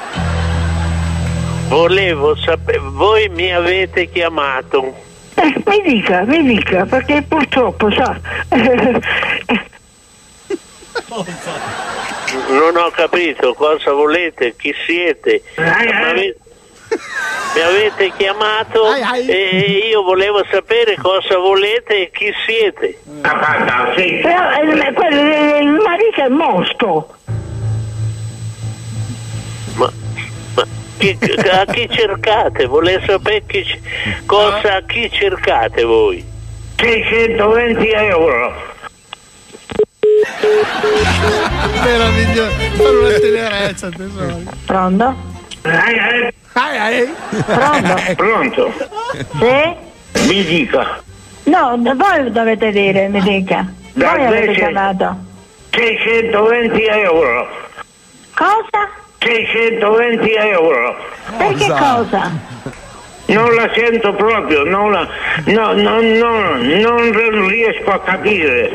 Volevo sapere, voi mi avete chiamato. Eh, mi dica, mi dica, perché purtroppo, sa... Non ho capito cosa volete, chi siete. M'ave- Mi avete chiamato e io volevo sapere cosa volete e chi siete. Però, eh, quello, eh, il marito è morto. Ma, ma chi- a chi cercate? Volevo sapere chi, c- cosa a chi cercate voi. seicentoventi euro. Meraviglioso. Fare una tenerezza, tesoro. Pronto? Pronto? Pronto? Sì? Mi dica. No, voi dovete dire, mi dica. Da Voi avete invece- chiamato. seicentoventi euro. Cosa? seicentoventi euro. Per che cosa? Non la sento proprio, non la. No, no, no, non riesco a capire.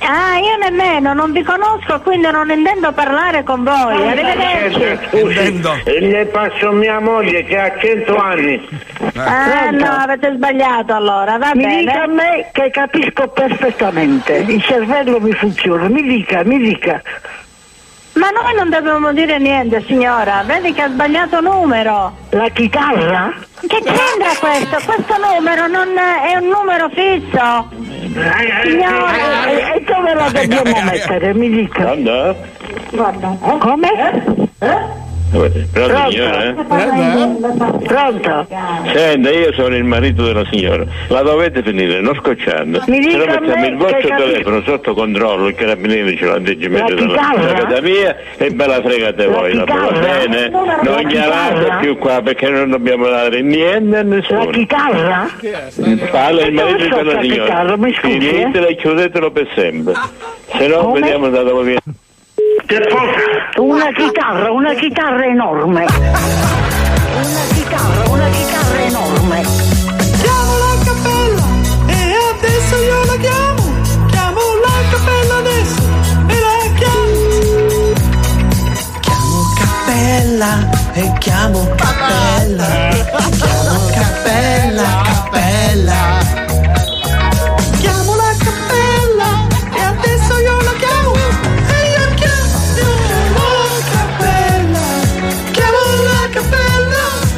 Ah, io nemmeno, non vi conosco, quindi non intendo parlare con voi. Arrivederci. Scusi, le passo mia moglie che ha cento anni. Ah, no, avete sbagliato allora, va Mi bene. dica a me che capisco perfettamente, il cervello mi funziona, mi dica, mi dica. Ma noi non dobbiamo dire niente, signora, vedi che ha sbagliato numero. La chitarra? Che c'entra questo? Questo numero non è un numero fisso. Signora, E, e dove la dobbiamo mettere, mi dica. Pronto? Guarda. Come? Pronto, Pronto? signora? Pronto? Senta, io sono il marito della signora. La dovete finire, non scocciando. Mi dica Se no a mettiamo me il vostro che capi- telefono sotto controllo, il carabiniere ce l'atteggiamento La dalla chitarra? casa mia e ve la fregate La voi, la va chitarra? bene? La Non chiamate chitarra? più qua perché non dobbiamo dare niente a nessuno. La chitarra? Parla il marito Dove sto della signora. capitano? Mi scusi, eh? Finitela e chiudetelo per sempre. Se no Come? vediamo da dove viene. Una chitarra, una chitarra enorme. Una chitarra, una chitarra enorme. Chiamo la cappella e adesso io la chiamo. Chiamo la cappella adesso e la chiamo. Chiamo cappella e chiamo cappella. Chiamo cappella, cappella. Chiamo la cappella e adesso io la chiamo. E io chiamo la cappella. Chiamo la cappella.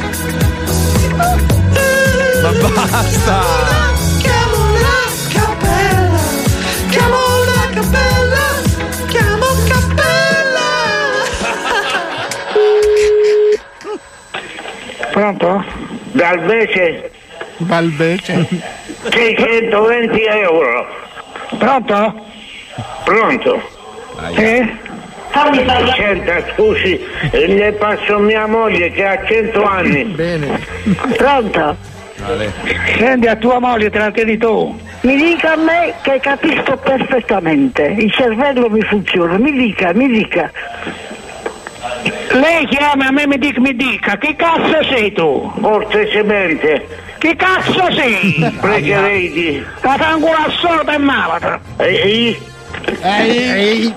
Ma basta! Chiamo la cappella, chiamo la cappella, chiamo cappella. Pronto? Dalbece? Balbece. seicentoventi euro. Pronto? Pronto? Eh? Senta, scusi, le passo mia moglie che ha cento anni. Bene. Pronto? Senti, a tua moglie te la tieni tu. Mi dica a me che capisco perfettamente, il cervello mi funziona, mi dica, mi dica. Lei chiama a me mi dica, mi dica, che cazzo sei tu? Cortesemente. Che cazzo sei? Pregherei di... Ma tango la sorda e malata. Ehi? Ehi?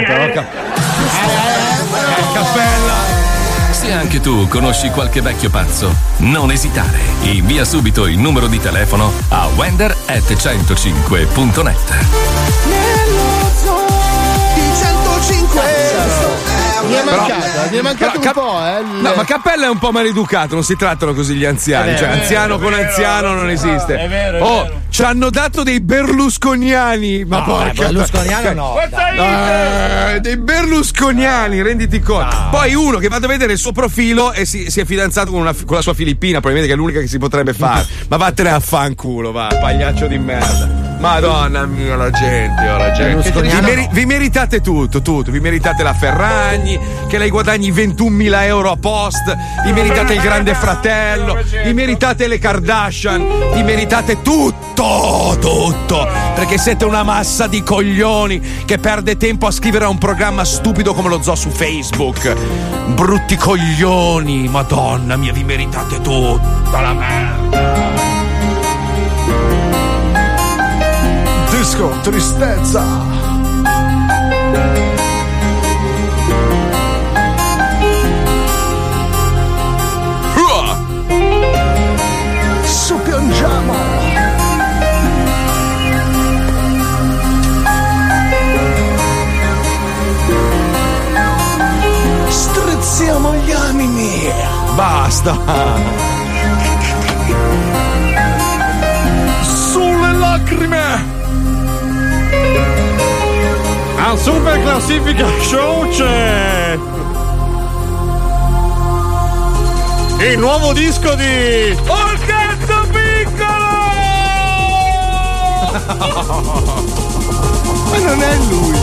Cappella! Se anche tu conosci qualche vecchio pazzo, non esitare. Invia subito il numero di telefono a wender at centocinque punto net. Nello zoo di centocinque. Mi è mancata, mi è mancato Però, un po', eh. il- No, ma Cappella è un po' maleducato, non si trattano così gli anziani. È vero, cioè, è anziano vero, con è vero, anziano è non vero. esiste. È vero, è oh, vero. ci hanno dato dei berlusconiani. Ma No, porca berlusconiano no. Eh, dei berlusconiani, renditi conto. Poi uno che vado a vedere il suo profilo e si, si è fidanzato con, una, con la sua filippina, probabilmente che è l'unica che si potrebbe fare. Ma vattene a fanculo, va, pagliaccio di merda. Madonna mia, la gente, oh, la gente. Vi, Berlusconiano meri- no. vi meritate tutto, tutto. Vi meritate la Ferragni, che lei guadagni ventunomila euro a post. Vi meritate il Grande Fratello. Vi meritate le Kardashian. Vi meritate tutto, tutto. Perché siete una massa di coglioni che perde tempo a scrivere a un programma stupido come lo zoo su Facebook. Brutti coglioni, madonna mia, vi meritate tutta la merda. Disco, tristezza. Su piangiamo. Strizziamo gli animi. Basta. Sulle lacrime. Al Super Classifica Show c'è il nuovo disco di Un cazzo piccolo! Ma non è lui.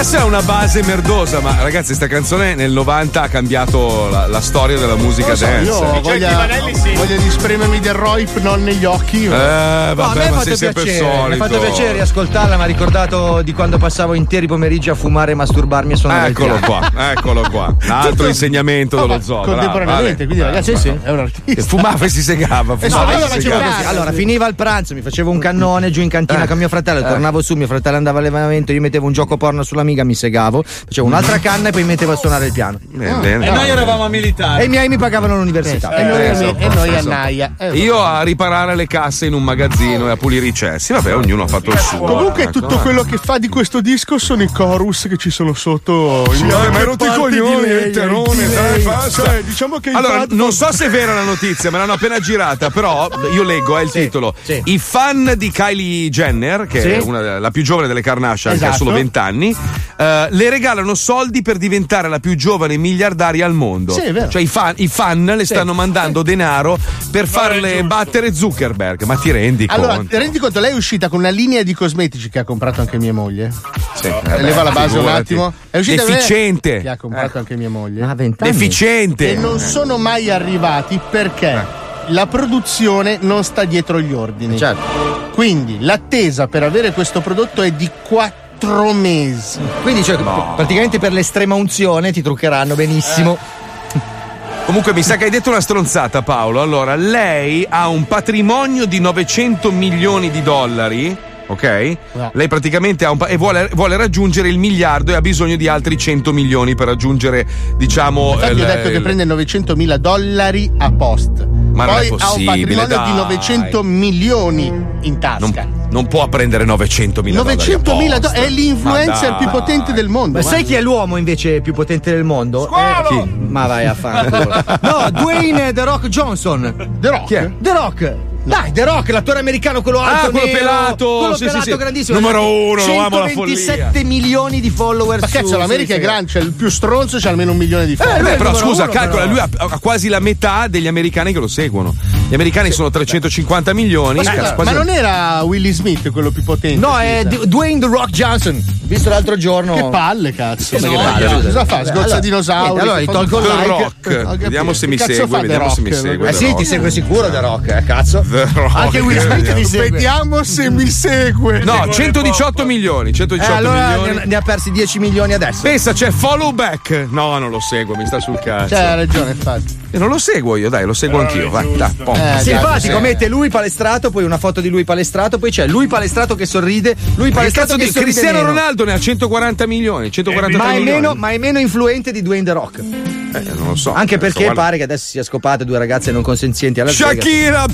Adesso è una base merdosa, ma ragazzi, sta canzone nel novanta ha cambiato la, la storia della musica So, dance. io ho voglia, voglia di spremermi del Roip non negli occhi. Eh, No, a vabbè, me ma ha sei fatto sempre il piacere, mi ha solito. fatto piacere riascoltarla, mi ha ricordato di quando passavo interi pomeriggi a fumare, masturbarmi e suonare Eccolo il piano. qua, eccolo qua. Un altro Tutto- insegnamento dello zoo. Contemporaneamente, quindi ragazzi, sì, sì, è un artista. Fumava e si segava. Eh, Fumava no, e io si facevo segava. così. Allora, finiva il pranzo, mi facevo un cannone giù in cantina Eh. con mio fratello, Eh. tornavo su, mio fratello andava all'allenamento, io mettevo un gioco porno sull'amiga, mi segavo, facevo un'altra canna e poi mettevo a suonare il piano. Bene, bene. E noi eravamo militari. E i miei mi pagavano l'università. E noi, Eh, e so, e noi so, a so. Naia. Eh, Io a riparare le casse in un magazzino e a pulire i cessi. Vabbè, ognuno ha fatto il suo. Comunque ecco, tutto eh. quello che fa di questo disco sono i chorus che ci sono sotto. Sì, in vabbè, ma che rotti i parte coglioni, di lei, il terone, di dai, lei. basta. Cioè, diciamo che il Allora, fatto- non so se è vera la notizia, me l'hanno appena girata, però io leggo, è il titolo. I fan di Kylie Jenner, che Sì. è una, la più giovane delle Kardashian, che ha Esatto. solo venti anni, eh, le regalano soldi per diventare la più giovane miliardaria al mondo. Sì, è vero. Cioè i fan, i fan le stanno mandando denaro per farle battere Zuckerberg. Ma ti rendi Allora, conto? rendi conto, lei è uscita con una linea di cosmetici che ha comprato anche mia moglie. Sì, Eh, Leva la base un figurati. attimo. È uscita con- Deficiente. Che ha comprato anche mia moglie. Ah, vent'anni. Deficiente. E non sono mai arrivati perché la produzione non sta dietro gli ordini. Certo. Quindi l'attesa per avere questo prodotto è di quattro mesi. Quindi cioè, praticamente per l'estrema unzione ti truccheranno benissimo. Comunque mi sa che hai detto una stronzata, Paolo. Allora, lei ha un patrimonio di novecento milioni di dollari. Ok? No. Lei praticamente ha un pa- e vuole, vuole raggiungere il miliardo e ha bisogno di altri cento milioni per raggiungere, diciamo. Infatti il- ho detto che il- prende novecentomila dollari a post. Ma non Poi è ha un possibile, patrimonio dai. di novecento milioni in tasca. non, non può prendere novecentomila dollari. novecentomila dollari è l'influencer Ma più dai. potente del mondo. Ma sai chi è l'uomo invece più potente del mondo? Squalo! Eh, chi? Ma vai a fare. No, Dwayne The Rock Johnson. The Rock? Chi è? The Rock. Dai, The Rock, l'attore americano, quello alto, Ah, quello nero, pelato, quello sì, pelato sì, sì. grandissimo. Numero uno, lo amo la centoventisette follia. milioni di follower. Ma su- cazzo, l'America su è grande, cioè il più stronzo c'ha almeno un milione di Eh, follower. beh, però numero scusa, uno, calcola, però. lui ha, ha quasi la metà degli americani che lo seguono. Gli americani sono trecentocinquanta milioni. Ma, scusa, cazzo, ma quasi- non era Willy Smith quello più potente? No, è Scusa. D- Dwayne The Rock Johnson. Visto l'altro giorno. Che palle, cazzo. Che Ma che palle, palle? scusa. Cosa fa? Sgozza Allora, dinosauri? niente, allora gli Fa- tolgo il The like. Rock. Ho capito. Vediamo se mi Che cazzo segue. fa The Vediamo se mi Rock? segue. Eh The sì, Rock. ti segue sicuro The Rock, eh, cazzo. The Rock. Anche Will Smith mi segue. Vediamo se mi segue. No, centodiciotto milioni. Eh, centodiciotto allora milioni. ne, ne ha persi dieci milioni adesso. Pensa, c'è follow back. No, non lo seguo, mi sta sul cazzo. C'è ragione, infatti. E non lo seguo io, dai, lo seguo anch'io. Vai, dai, pom. Eh, Simpatico, sì. mette lui palestrato, poi una foto di lui palestrato, poi c'è lui palestrato che sorride, lui Ma che palestrato cazzo che di sorride Cristiano meno. Ronaldo ne ha centoquaranta milioni, centoquarantatré Ma è, milioni. meno, ma è meno influente di Dwayne The Rock. Eh, non lo so. Anche Adesso, perché guarda. pare che adesso sia scopate due ragazze non consenzienti alla Vegas. Shakira!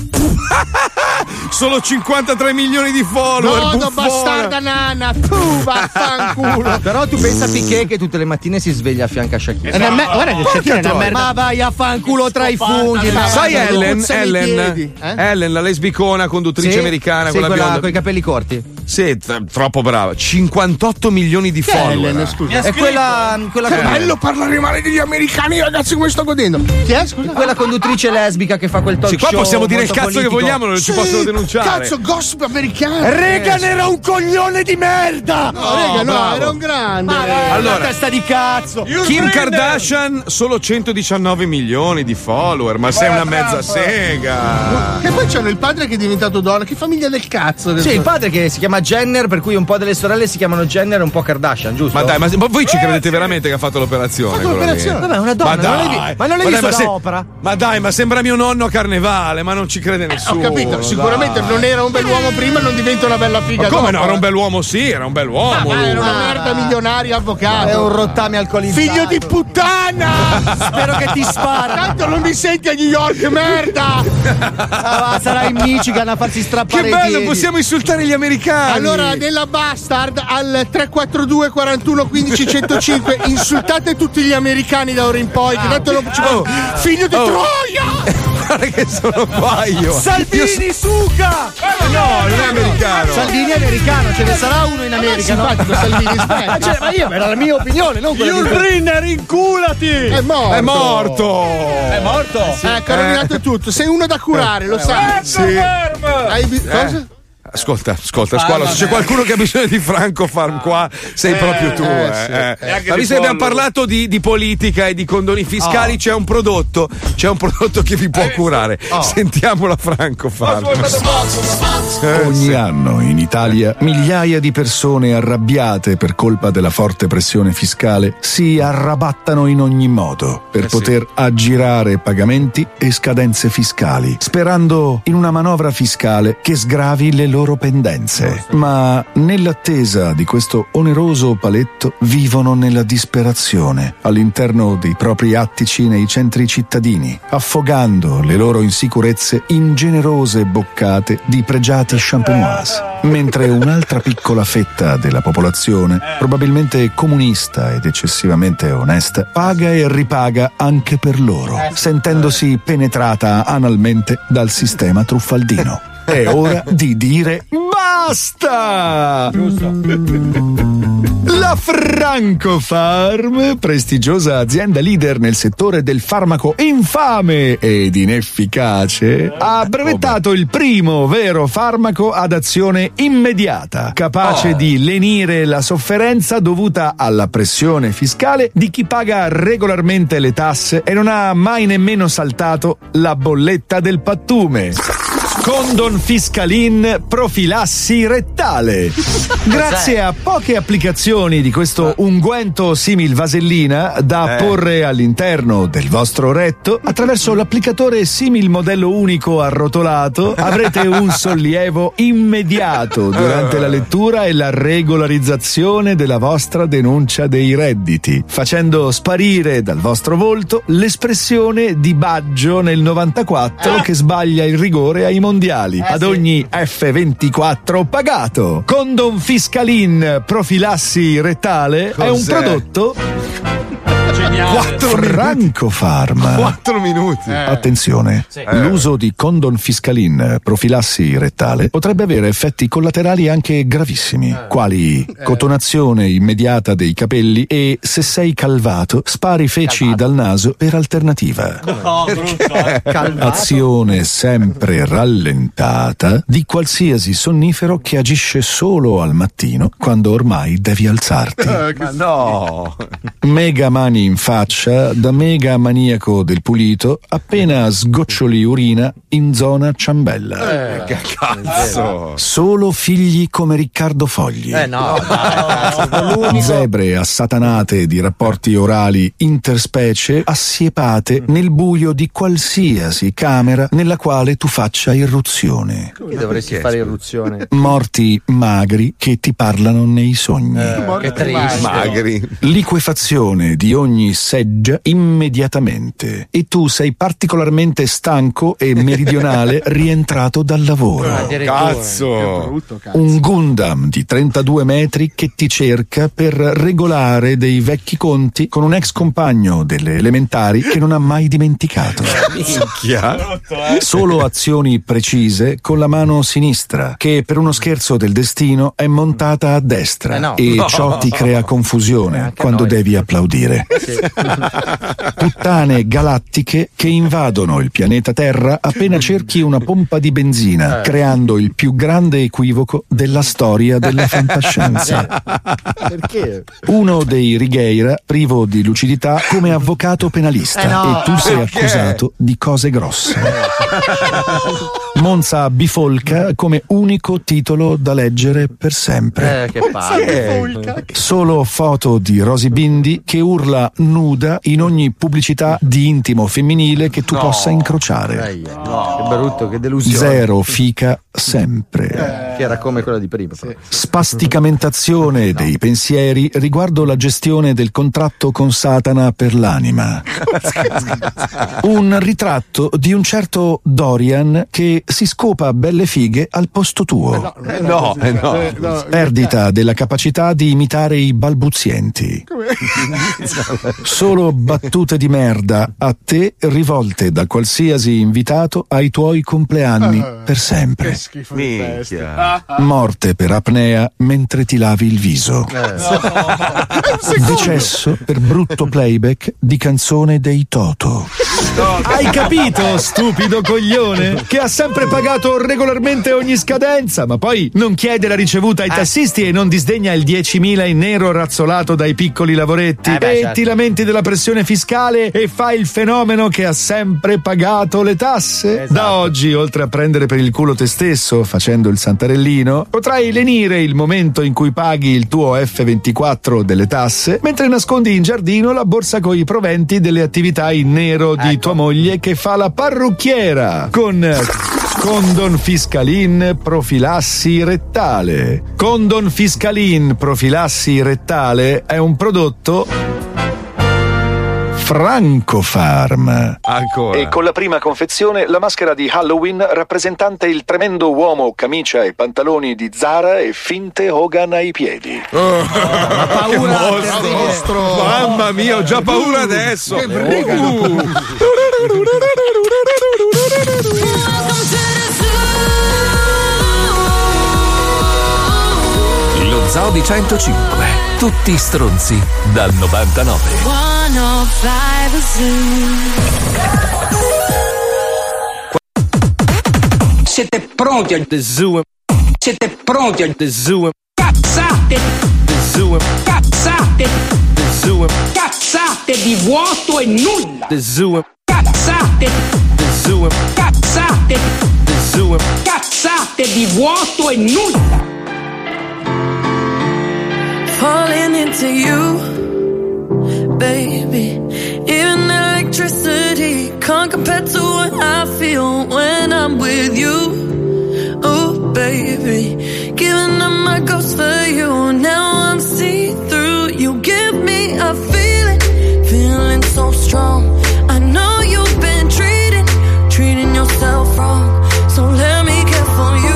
Solo cinquantatré milioni di follower. No, buffona. bastarda nana. Tu vaffanculo. Però tu pensa a Piqué che tutte le mattine si sveglia a fianco a Shakira. È una me- guarda che Shakira è una merda. Ma vai a fanculo tra i funghi. ma Sai vai, Ellen, puzzano i Ellen, piedi. Eh? Ellen, la lesbicona conduttrice Sì? americana, Sì, quella, quella bionda. con i capelli corti. Sì, t- troppo brava. cinquantotto milioni di Che è follower. Ellen, scusa? È quella, quella Che con- bello parlare male degli americani, ragazzi, come sto godendo. Chi è, scusa? quella conduttrice lesbica che fa quel talk Sì, qua show possiamo dire il molto cazzo che politico. vogliamo, non ci Sì, possono denunciare. Cazzo, gossip americano. Reagan era un coglione di merda! No, rega, no, bravo. era un grande. Ma vai, Allora- una testa di cazzo! Kim Kardashian solo centodiciannove milioni di follower, ma sei una mezza sega. Che poi c'hanno il padre che è diventato donna. Che famiglia del cazzo. Sì, il padre che si chiama Jenner, per cui un po' delle sorelle si chiamano Jenner e un po' Kardashian, giusto? Ma dai, ma, ma voi ci credete veramente che ha fatto l'operazione? Fatto quello lì? l'operazione? Vabbè, è una donna, Ma non l'hai dai, vi- ma non l'hai ma visto dai, da ma opera? Ma dai, ma sembra mio nonno a Carnevale, ma non ci crede Ho nessuno. capito, sicuramente dai. non era un bell'uomo prima, non diventa una bella figa. Ma come dopo, no? Era un eh. bell'uomo, sì, era un bell'uomo. Ah, lui. era una merda milionaria avvocato. È un rottame alcolizzato. Figlio di puttana! Spero che ti spara. Tanto non mi senti a New York, merda! Ah, sarà in Michigan a farsi Che strappare i bello, piedi. possiamo insultare gli americani. Allora, nella Bastard al tre quattro due quarantuno quindici centocinque insultate tutti gli americani da ora in poi, che tanto non ci Oh. Figlio di Oh. Troia! Guarda che sono qua io. Salvini suca! No, non è americano. Salvini è americano, ce ne sarà uno in America, no? simpatico Salvini, aspetta. Eh, cioè, ma io, era la mia opinione, non quella di Brinner, inculati! È morto! È morto. È morto? Ecco, ha rovinato tutto. Sei uno da curare, lo sai. Sì. Hai bi- cosa? Ascolta, ascolta, squalo, se c'è qualcuno che ha bisogno di Franco Farm qua, sei Eh, proprio tu. eh, Eh, sì. eh. E anche Ma di visto che abbiamo pollo. parlato di, di politica e di condoni fiscali, Oh. c'è un prodotto, c'è un prodotto che vi può curare. Oh. Sentiamola Franco Farm. Ogni anno in Italia migliaia di persone arrabbiate per colpa della forte pressione fiscale si arrabattano in ogni modo per Eh sì. poter aggirare pagamenti e scadenze fiscali, sperando in una manovra fiscale che sgravi le loro pendenze. Ma nell'attesa di questo oneroso paletto vivono nella disperazione all'interno dei propri attici nei centri cittadini, affogando le loro insicurezze in generose boccate di pregiati champenoise, mentre un'altra piccola fetta della popolazione, probabilmente comunista ed eccessivamente onesta, paga e ripaga anche per loro, sentendosi penetrata analmente dal sistema truffaldino. È ora di dire basta! La Franco Farm, prestigiosa azienda leader nel settore del farmaco infame ed inefficace, ha brevettato il primo vero farmaco ad azione immediata, capace di lenire la sofferenza dovuta alla pressione fiscale di chi paga regolarmente le tasse e non ha mai nemmeno saltato la bolletta del pattume. Condon Fiscalin profilassi rettale. Grazie a poche applicazioni di questo unguento simil vasellina da Eh. porre all'interno del vostro retto, attraverso l'applicatore simil modello unico arrotolato, avrete un sollievo immediato durante la lettura e la regolarizzazione della vostra denuncia dei redditi, facendo sparire dal vostro volto l'espressione di Baggio nel novantaquattro che sbaglia il rigore ai mondiali ad ogni effe ventiquattro pagato. Condom Fiscalin profilassi rettale è un Cos'è? prodotto Quattro Franco Farm. Quattro minuti. Attenzione, Sì. l'uso di Condon Fiscalin profilassi rettale potrebbe avere effetti collaterali anche gravissimi, quali cotonazione immediata dei capelli e, se sei calvato, spari feci dal naso per alternativa. No, brutto, eh. Azione sempre rallentata di qualsiasi sonnifero che agisce solo al mattino quando ormai devi alzarti. Ma no. Mega mani in faccia da mega maniaco del pulito appena sgoccioli urina in zona ciambella. Eh, che cazzo. Solo figli come Riccardo Fogli. Eh no, dai, cazzo, Zebre assatanate di rapporti orali interspecie assiepate nel buio di qualsiasi camera nella quale tu faccia irruzione. Che dovresti fare irruzione? Morti magri che ti parlano nei sogni. Che triste. Magri. Liquefazione di ogni seggia immediatamente e tu sei particolarmente stanco e meridionale rientrato dal lavoro. Cazzo. Un Gundam di trentadue metri che ti cerca per regolare dei vecchi conti con un ex compagno delle elementari che non ha mai dimenticato. Minchia. Solo azioni precise con la mano sinistra, che per uno scherzo del destino è montata a destra Eh no. e No. ciò ti crea confusione anche a quando noi. devi applaudire. Puttane galattiche che invadono il pianeta Terra appena cerchi una pompa di benzina, Eh. creando il più grande equivoco della storia della fantascienza. Perché? Uno dei Righeira, privo di lucidità come avvocato penalista, Eh no. e tu sei Perché? accusato di cose grosse. Monza bifolca come unico titolo da leggere per sempre. Eh, che palle. Solo foto di Rosy Bindi che urla nuda in ogni pubblicità di intimo femminile che tu No. possa incrociare. Aia, no, che brutto, che delusione. Zero fica sempre. Che era come quella di prima. però. Spasticamentazione dei pensieri riguardo la gestione del contratto con Satana per l'anima. Un ritratto di un certo Dorian che si scopa belle fighe al posto tuo. Eh no, eh no. Perdita della capacità di imitare i balbuzienti. Solo battute di merda a te rivolte da qualsiasi invitato ai tuoi compleanni per sempre. Che schifo di testa. Morte per apnea mentre ti lavi il viso. Decesso per brutto playback di canzone dei Toto. Hai capito, stupido coglione? Che ha sempre pagato regolarmente ogni scadenza, ma poi non chiede la ricevuta ai tassisti e non disdegna il diecimila in nero razzolato dai piccoli lavoretti. Eh beh, e certo. ti lamenti della pressione fiscale e fai il fenomeno che ha sempre pagato le tasse. Esatto. Da oggi, oltre a prendere per il culo te stesso facendo il santarellino, potrai lenire il momento in cui paghi il tuo effe ventiquattro delle tasse mentre nascondi in giardino la borsa con i proventi delle attività in nero di tua moglie che fa la parrucchiera con Condon Fiscalin Profilassi Rettale. Condon Fiscalin Profilassi Rettale è un prodotto Francofarm. Ancora. E con la prima confezione la maschera di Halloween rappresentante il tremendo uomo camicia e pantaloni di Zara e finte Hogan ai piedi. Oh, Che mostro! Mamma mia, ho già paura adesso. Che brigano. Uh. Lo Zoo di centocinque. Tutti stronzi dal novantanove. Siete pronti al zoo? Siete pronti al zoo? Cazzate! Zoo. Cazzate! Zoo. Cazzate di vuoto e nulla! Zoo. Cazzate! Zoo. Cazzate! Zoo. Cazzate di vuoto e nulla! Falling into you, baby. Even electricity can't compare to what I feel when I'm with you. Oh, baby, giving up my ghost for you. Now I'm see-through. You give me a feeling, feeling so strong. I know you've been treating, treating yourself wrong. So let me care for you.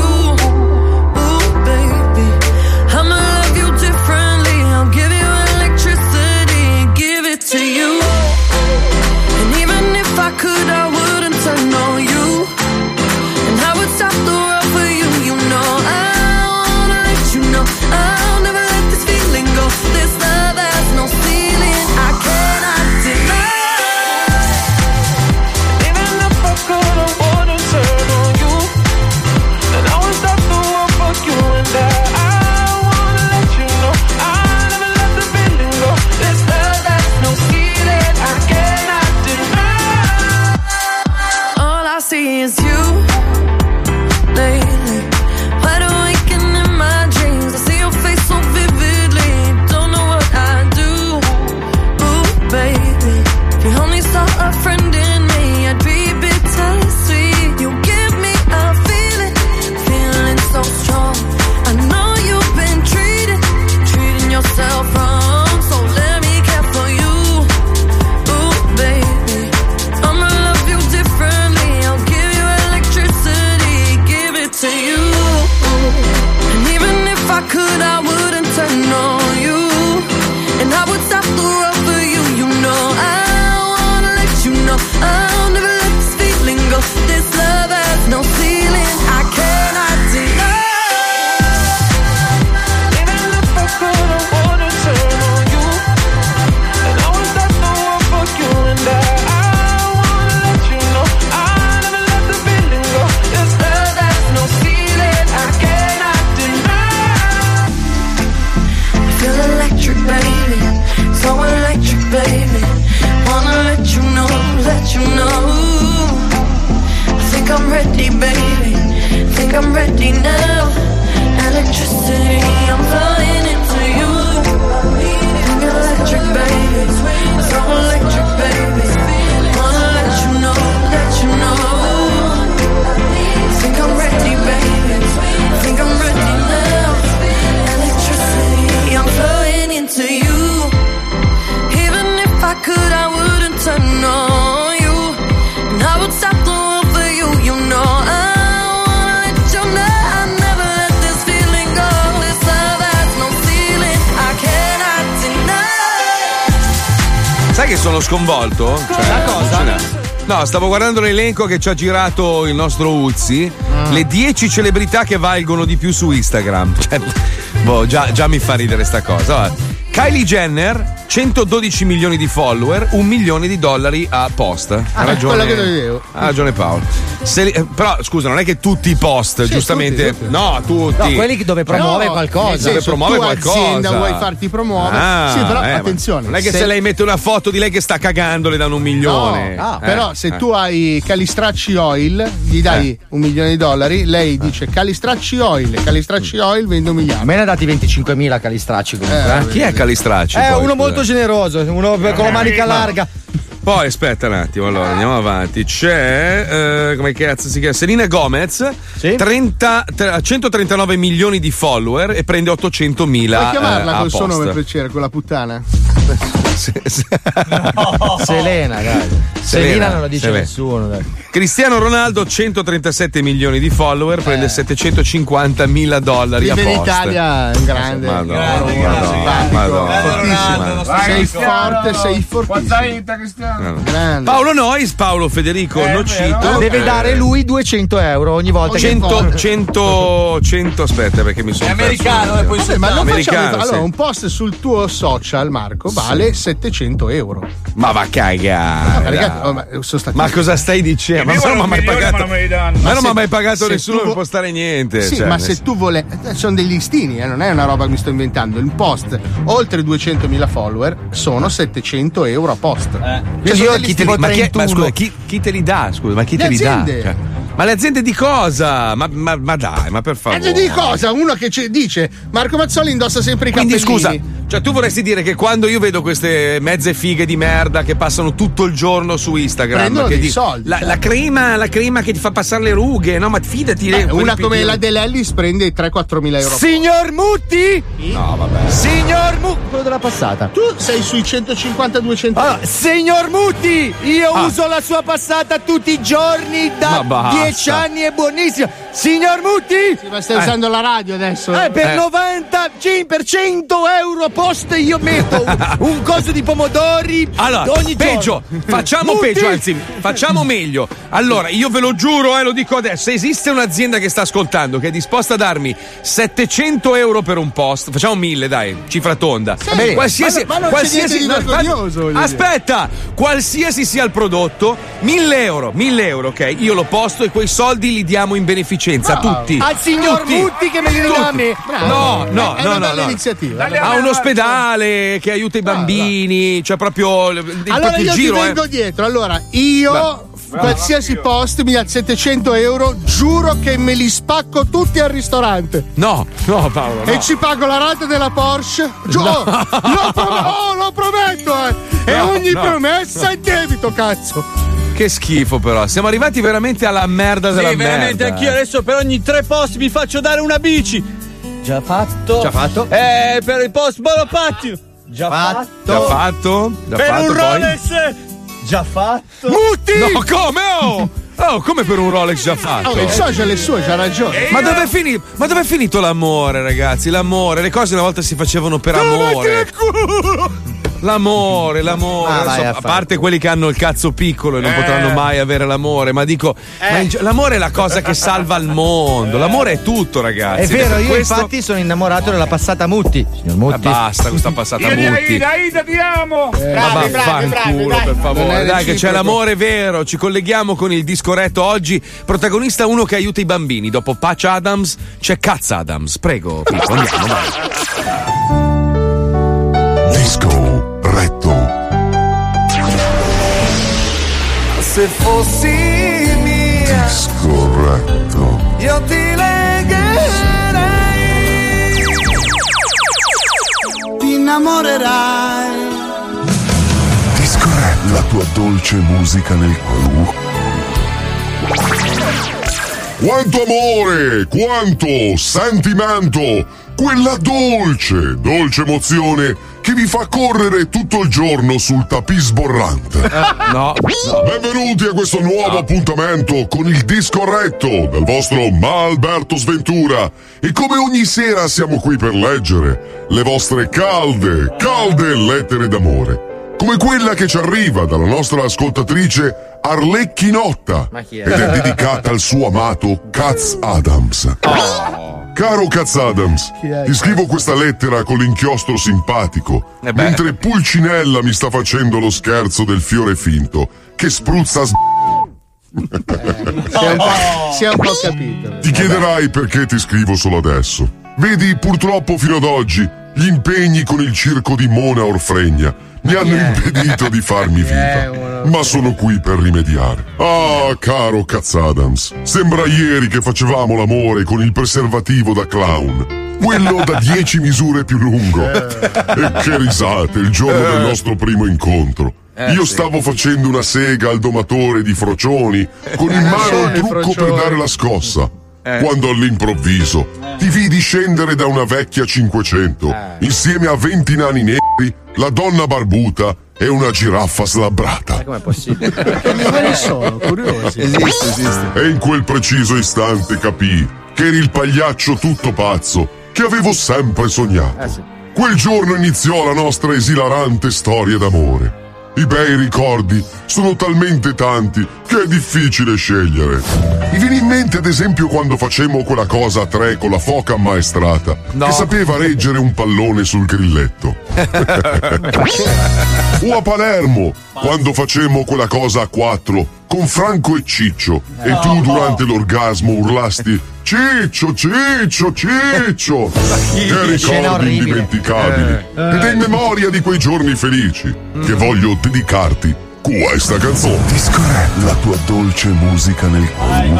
To you, and even if I could, I wouldn't turn on you, and I would stop the world for you. You know I wanna let you know I'll never let this feeling go. This love has no ceiling, I cannot deny. Even if I could, I wouldn't turn on you, and I would stop the world for you. And I, I wanna let you know I'll never let the feeling go. This love has no ceiling, I cannot deny. All I see is you lately, wide awake and in my dreams. I see your face so vividly, don't know what I do. Ooh, baby, if you only saw a friend in me, I'd be bittersweet. You give me a feeling, feeling so strong. I know you've been treating, treating yourself wrong. So let me care for you. Ooh, baby, I'ma love you differently. I'll give you electricity, give it to you. And even if I could, I wouldn't turn on you, and I would stop the world for you. You know I wanna let you know I'll never let this feeling go. This love has no ceiling, I cannot deny. Even if I could, I wouldn't turn on you, and I would stop the world for you. And I, I wanna let you know I'll never let the feeling go. This love has no ceiling, I cannot deny. I feel electric, baby, so electric, baby. Wanna let you know, let you know. I sono sconvolto. Cioè, La cosa? non ce n'è. No, stavo guardando l'elenco che ci ha girato il nostro Uzzi. Mm. Le dieci celebrità che valgono di più su Instagram. Cioè, boh, già, già mi fa ridere sta cosa. Vabbè. Kylie Jenner, centododici milioni di follower, un milione di dollari a post. Ha Ah, ragione. quello che vedevo. Ha ragione Paolo. Se li- eh, però scusa, non è che tutti i post, Sì, giustamente. tutti, tutti. No, tutti. No, quelli dove promuove No, qualcosa. nel senso, Dove promuove tu qualcosa. azienda vuoi farti promuovere. Ah, sì, però eh, ma attenzione. Non è che se... se lei mette una foto di lei che sta cagando le danno un milione. No, Eh, però se eh. tu hai Calistracci Oil, gli dai Eh. un milione di dollari, lei dice Calistracci Oil, e Calistracci Oil vende un A miliardo. me ne ha dati venticinquemila Calistracci comunque. Eh, Eh, Chi è Calistracci? È poi, uno scusa? molto generoso, uno con la manica larga. Poi aspetta un attimo, allora andiamo avanti. C'è eh, come cazzo si chiama? Selena Gomez, trenta, tre- centotrentanove milioni di follower e prende ottocentomila. Puoi chiamarla eh, a col suo post. nome per piacere, quella puttana? Selena, dai. Selena non lo dice Selena. nessuno, dai. Cristiano Ronaldo, centotrentasette milioni di follower, prende settecentocinquantamila dollari a Vive in post. Italia, è un grande. Madonna, grande, Madonna, Madonna, fortissimo. Madonna. Sei forte, sei fortissimo. Grande. Paolo Nois, Paolo Federico Nocito. Deve dare lui duecento euro ogni volta cento, che cento, cento, aspetta perché mi sono americano, perso. e poi Vabbè, ma non facciamo, Americano, allora sì. un post sul tuo social, Marco, vale settecento euro. Ma va a cagare. Ma ragazzi, oh, ma sono stati- Ma cosa stai dicendo? Ma non mi ha mai pagato. Ma non mi ha se- mai pagato se nessuno tu per vo- postare niente. Sì, cioè, ma nel se tu vuole, eh, sono degli listini, eh, non è una roba che mi sto inventando. Il post oltre duecentomila follower sono settecento euro a post. Cioè, Cioè, sono io degli chi te stili- li- ma chi, ma trentuno. scusa, chi, chi te li dà? Scusa, ma chi Le te li aziende. dà? Cioè, ma le aziende di cosa? Ma, ma, ma dai, ma per favore. Eh, di cosa? Uno che ci dice Marco Mazzoli indossa sempre i Quindi cappellini. scusa, cioè tu vorresti dire che quando io vedo queste mezze fighe di merda che passano tutto il giorno su Instagram, Prendono che dei di- soldi, la, cioè. la crema, la crema che ti fa passare le rughe, no? Ma fidati, Eh, quel una come ripieno- la Dell'Ellis prende tre quattro mila euro. Signor Mutti? No, vabbè. Signor Mutti, quello della passata. Tu sei sui centocinquanta duecento. Allora, signor Mutti, io Ah. uso la sua passata tutti i giorni Ma da basta. dieci anni, è buonissima. Signor Mutti? Sì, ma stai usando la radio adesso? Eh, per Eh. novanta per cento euro a post io metto un, un coso di pomodori Allora, ogni peggio, giorno. facciamo Mutti! peggio, anzi, facciamo meglio. Allora, io ve lo giuro, eh, lo dico adesso, se esiste un'azienda che sta ascoltando, che è disposta a darmi settecento euro per un post, facciamo mille, dai, cifra tonda. Sì, bene, qualsiasi, ma- ma non c'è qualsiasi, niente di no, vergognoso, voglio dire. aspetta, qualsiasi sia il prodotto, mille euro, mille euro, ok? Io lo posto e quei soldi li diamo in beneficenza, Bravo. tutti. Al signor Tutti. Mutti che me li dà a me. Bravo. No, no, è no, una no, bella no. iniziativa. A un ospedale che aiuta i bambini, cioè proprio il, il- Allora proprio il io giro, ti eh. vengo dietro. Allora, io Beh. qualsiasi post mi dà settecento euro, giuro che me li spacco tutti al ristorante. No, no, Paolo. No. E ci pago la rata della Porsche. Giù, No. lo, pro- oh, lo prometto, eh. E No, ogni no. promessa è debito, cazzo. Che schifo, però. Siamo arrivati veramente alla merda della Sì, veramente, merda. anch'io adesso per ogni tre post mi faccio dare una bici. Già fatto. Già fatto? Eh, per il post monopattino. Già fatto. Già fatto? Già per fatto, un poi? Rolex. Già fatto. Mutti! No, come? Oh! Oh, come per un Rolex già fatto? Oh, il social è suo, c'ha ragione. Ma dove, è finito, ma dove è finito l'amore, ragazzi? L'amore, le cose una volta si facevano per amore. L'amore, l'amore. Ah, vai Insomma, a a fare. parte quelli che hanno il cazzo piccolo e non potranno mai avere l'amore, ma dico, ma in- l'amore è la cosa che salva il mondo. L'amore è tutto, ragazzi. È Ed vero, per io questo- infatti sono innamorato della passata Mutti. Signor Ma Mutti. basta questa passata Mutti. Ida, Ida, ti amo! Ma Bravi, bravi, bravi, vaffanculo, dai. per Non favore, è dai, che c'è reciproco. l'amore vero. Ci colleghiamo con il discoretto oggi. Protagonista uno che aiuta i bambini. Dopo Patch Adams c'è Caz Adams. Prego, Pippo, andiamo, vai. Disco retto. Se fossi mia, Disco retto. io ti legherei. Ti innamorerai. Disco retto. La tua dolce musica nel cuore. Quanto amore, quanto sentimento, quella dolce, dolce emozione che vi fa correre tutto il giorno sul tapis sborrante. No, no. Benvenuti a questo nuovo appuntamento con il discorretto del vostro Malberto Sventura. E come ogni sera siamo qui per leggere le vostre calde, calde lettere d'amore. come quella che ci arriva dalla nostra ascoltatrice Arlecchinotta Ma chi è? ed è dedicata al suo amato Caz Adams. Caro Caz Adams, ti scrivo questa lettera con l'inchiostro simpatico, Eh beh. mentre Pulcinella mi sta facendo lo scherzo del fiore finto che spruzza s***. Si è un po', si è un po' capito. Ti chiederai perché ti scrivo solo adesso. Vedi, purtroppo fino ad oggi gli impegni con il circo di Mona Orfregna mi hanno impedito di farmi viva, ma sono qui per rimediare. Ah, caro Caz Adams, sembra ieri che facevamo l'amore con il preservativo da clown, quello da dieci misure più lungo. E che risate il giorno del nostro primo incontro. Io stavo facendo una sega al domatore di Frocioni con in mano il trucco per dare la scossa, quando all'improvviso ti vidi scendere da una vecchia cinquecento insieme a venti nani neri, la donna barbuta e una giraffa slabbrata. Com'è possibile? Che livelli sono? Curiosi. Esiste, esiste. E in quel preciso istante capii che eri il pagliaccio tutto pazzo che avevo sempre sognato. Quel giorno iniziò la nostra esilarante storia d'amore. I bei ricordi sono talmente tanti che è difficile scegliere. Mi viene in mente ad esempio quando facemmo quella cosa a tre con la foca ammaestrata che sapeva reggere un pallone sul grilletto. O a Palermo quando facemmo quella cosa a quattro con Franco e Ciccio e tu durante l'orgasmo urlasti Ciccio, Ciccio, Ciccio. Che ricordi indimenticabili. Ed è in memoria di quei giorni felici che voglio dedicarti questa canzone. Discorre la tua dolce musica nel cuore.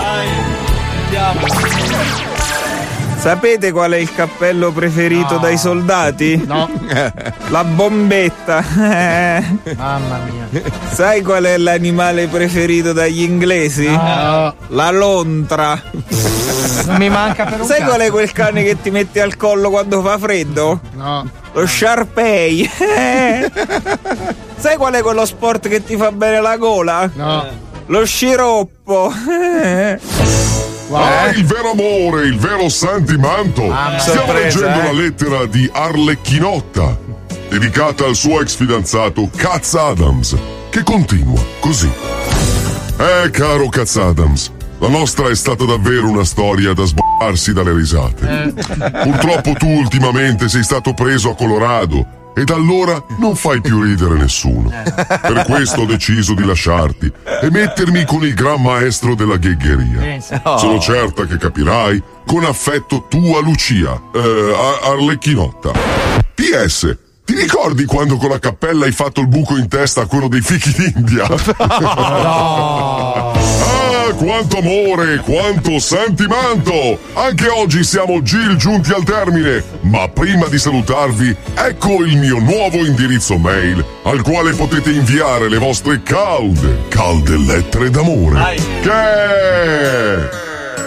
Sapete qual è il cappello preferito dai soldati? No. La bombetta. Mamma mia. Sai qual è l'animale preferito dagli inglesi? No. La lontra. Non mi manca per un Sai cazzo. qual è quel cane che ti metti al collo quando fa freddo? No. Lo Sharpei. Sai qual è quello sport che ti fa bene la gola? No. Lo sciroppo. Ah, il vero amore, il vero sentimento. Ah, Stiamo sorpresa, leggendo eh. la lettera di Arlecchinotta, dedicata al suo ex fidanzato Caz Adams, che continua così. Eh, caro Caz Adams, la nostra è stata davvero una storia da sbarsi dalle risate. Purtroppo tu ultimamente sei stato preso a Colorado e da allora non fai più ridere nessuno. Per questo ho deciso di lasciarti e mettermi con il gran maestro della ghegheria. Sono certa che capirai. Con affetto, tua Lucia, eh, Ar- Arlecchinotta. P S. Ti ricordi quando con la cappella hai fatto il buco in testa a quello dei fichi d'India? Ah, quanto amore, quanto sentimento! Anche oggi siamo Gil giunti al termine, ma prima di salutarvi, ecco il mio nuovo indirizzo mail, al quale potete inviare le vostre calde, calde lettere d'amore. Che...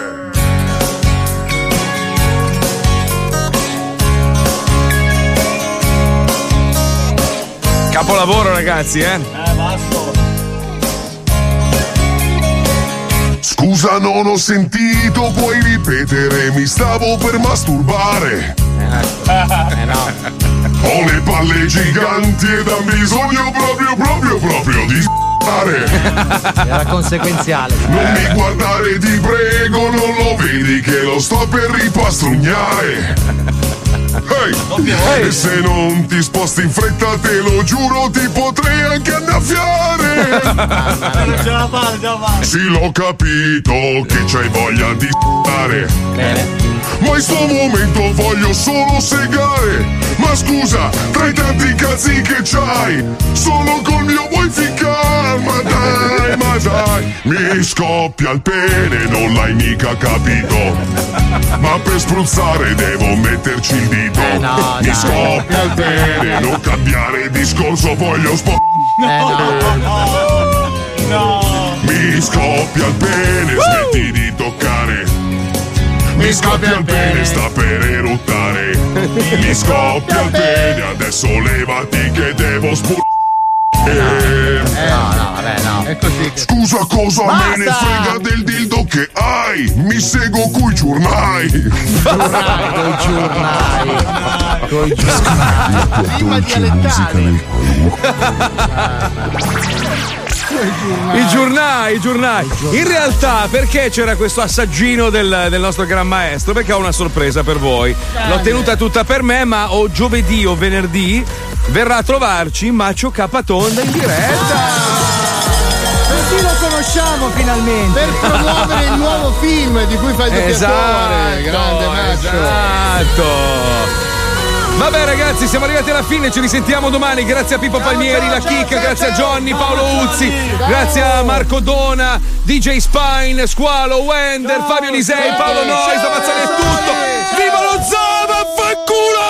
Capolavoro, ragazzi, eh? Scusa, non ho sentito, puoi ripetere, mi stavo per masturbare. Eh no. Ho le palle giganti ed ho bisogno proprio, proprio, proprio di s***are. Era conseguenziale. Non mi guardare, ti prego, non lo vedi che lo sto per ripastrugnare. Ehi, e se non ti sposti in fretta, te lo giuro, ti potrei anche annaffiare. Non ce la fa, non ce la fa. Sì, l'ho capito che c'hai voglia di s***are. Ma in sto momento voglio solo segare. Ma scusa, tra i tanti cazzi che c'hai, solo col mio vuoi ficcare. Ma dai, ma dai, mi scoppia il pene, non l'hai mica capito. Ma per spruzzare devo metterci il dito. Eh no, Mi dai. scoppia il pene, non cambiare discorso, voglio spo... Eh no. No. Mi scoppia il pene, smetti di toccare. Mi scoppia il pene, sta per eruttare. Mi scoppia il pene, adesso levati che devo spurare. Eh no, no, vabbè, no. È così che... Scusa, cosa Basta! me ne frega del dildo che hai? Mi seguo coi giornai. Giornai, coi giornai. Coi La tua dolce musica nel I giornali, i giornali. In realtà, perché c'era questo assaggino del, del nostro gran maestro? Perché ho una sorpresa per voi. L'ho tenuta tutta per me, ma o giovedì o venerdì verrà a trovarci Macio Capatonda in diretta. Così lo conosciamo finalmente. Per promuovere il nuovo film di cui fai il doppiatore. Grande Macio. Esatto. Vabbè ragazzi, siamo arrivati alla fine, ci risentiamo domani. Grazie a Pippo Palmieri, la Chicca, grazie a Johnny, Paolo Uzzi, grazie a Marco Dona, D J Spine, Squalo, Wender, Fabio Lisei, Paolo Nois, da Mazzone è tutto. Viva lo zoo, vaffanculo!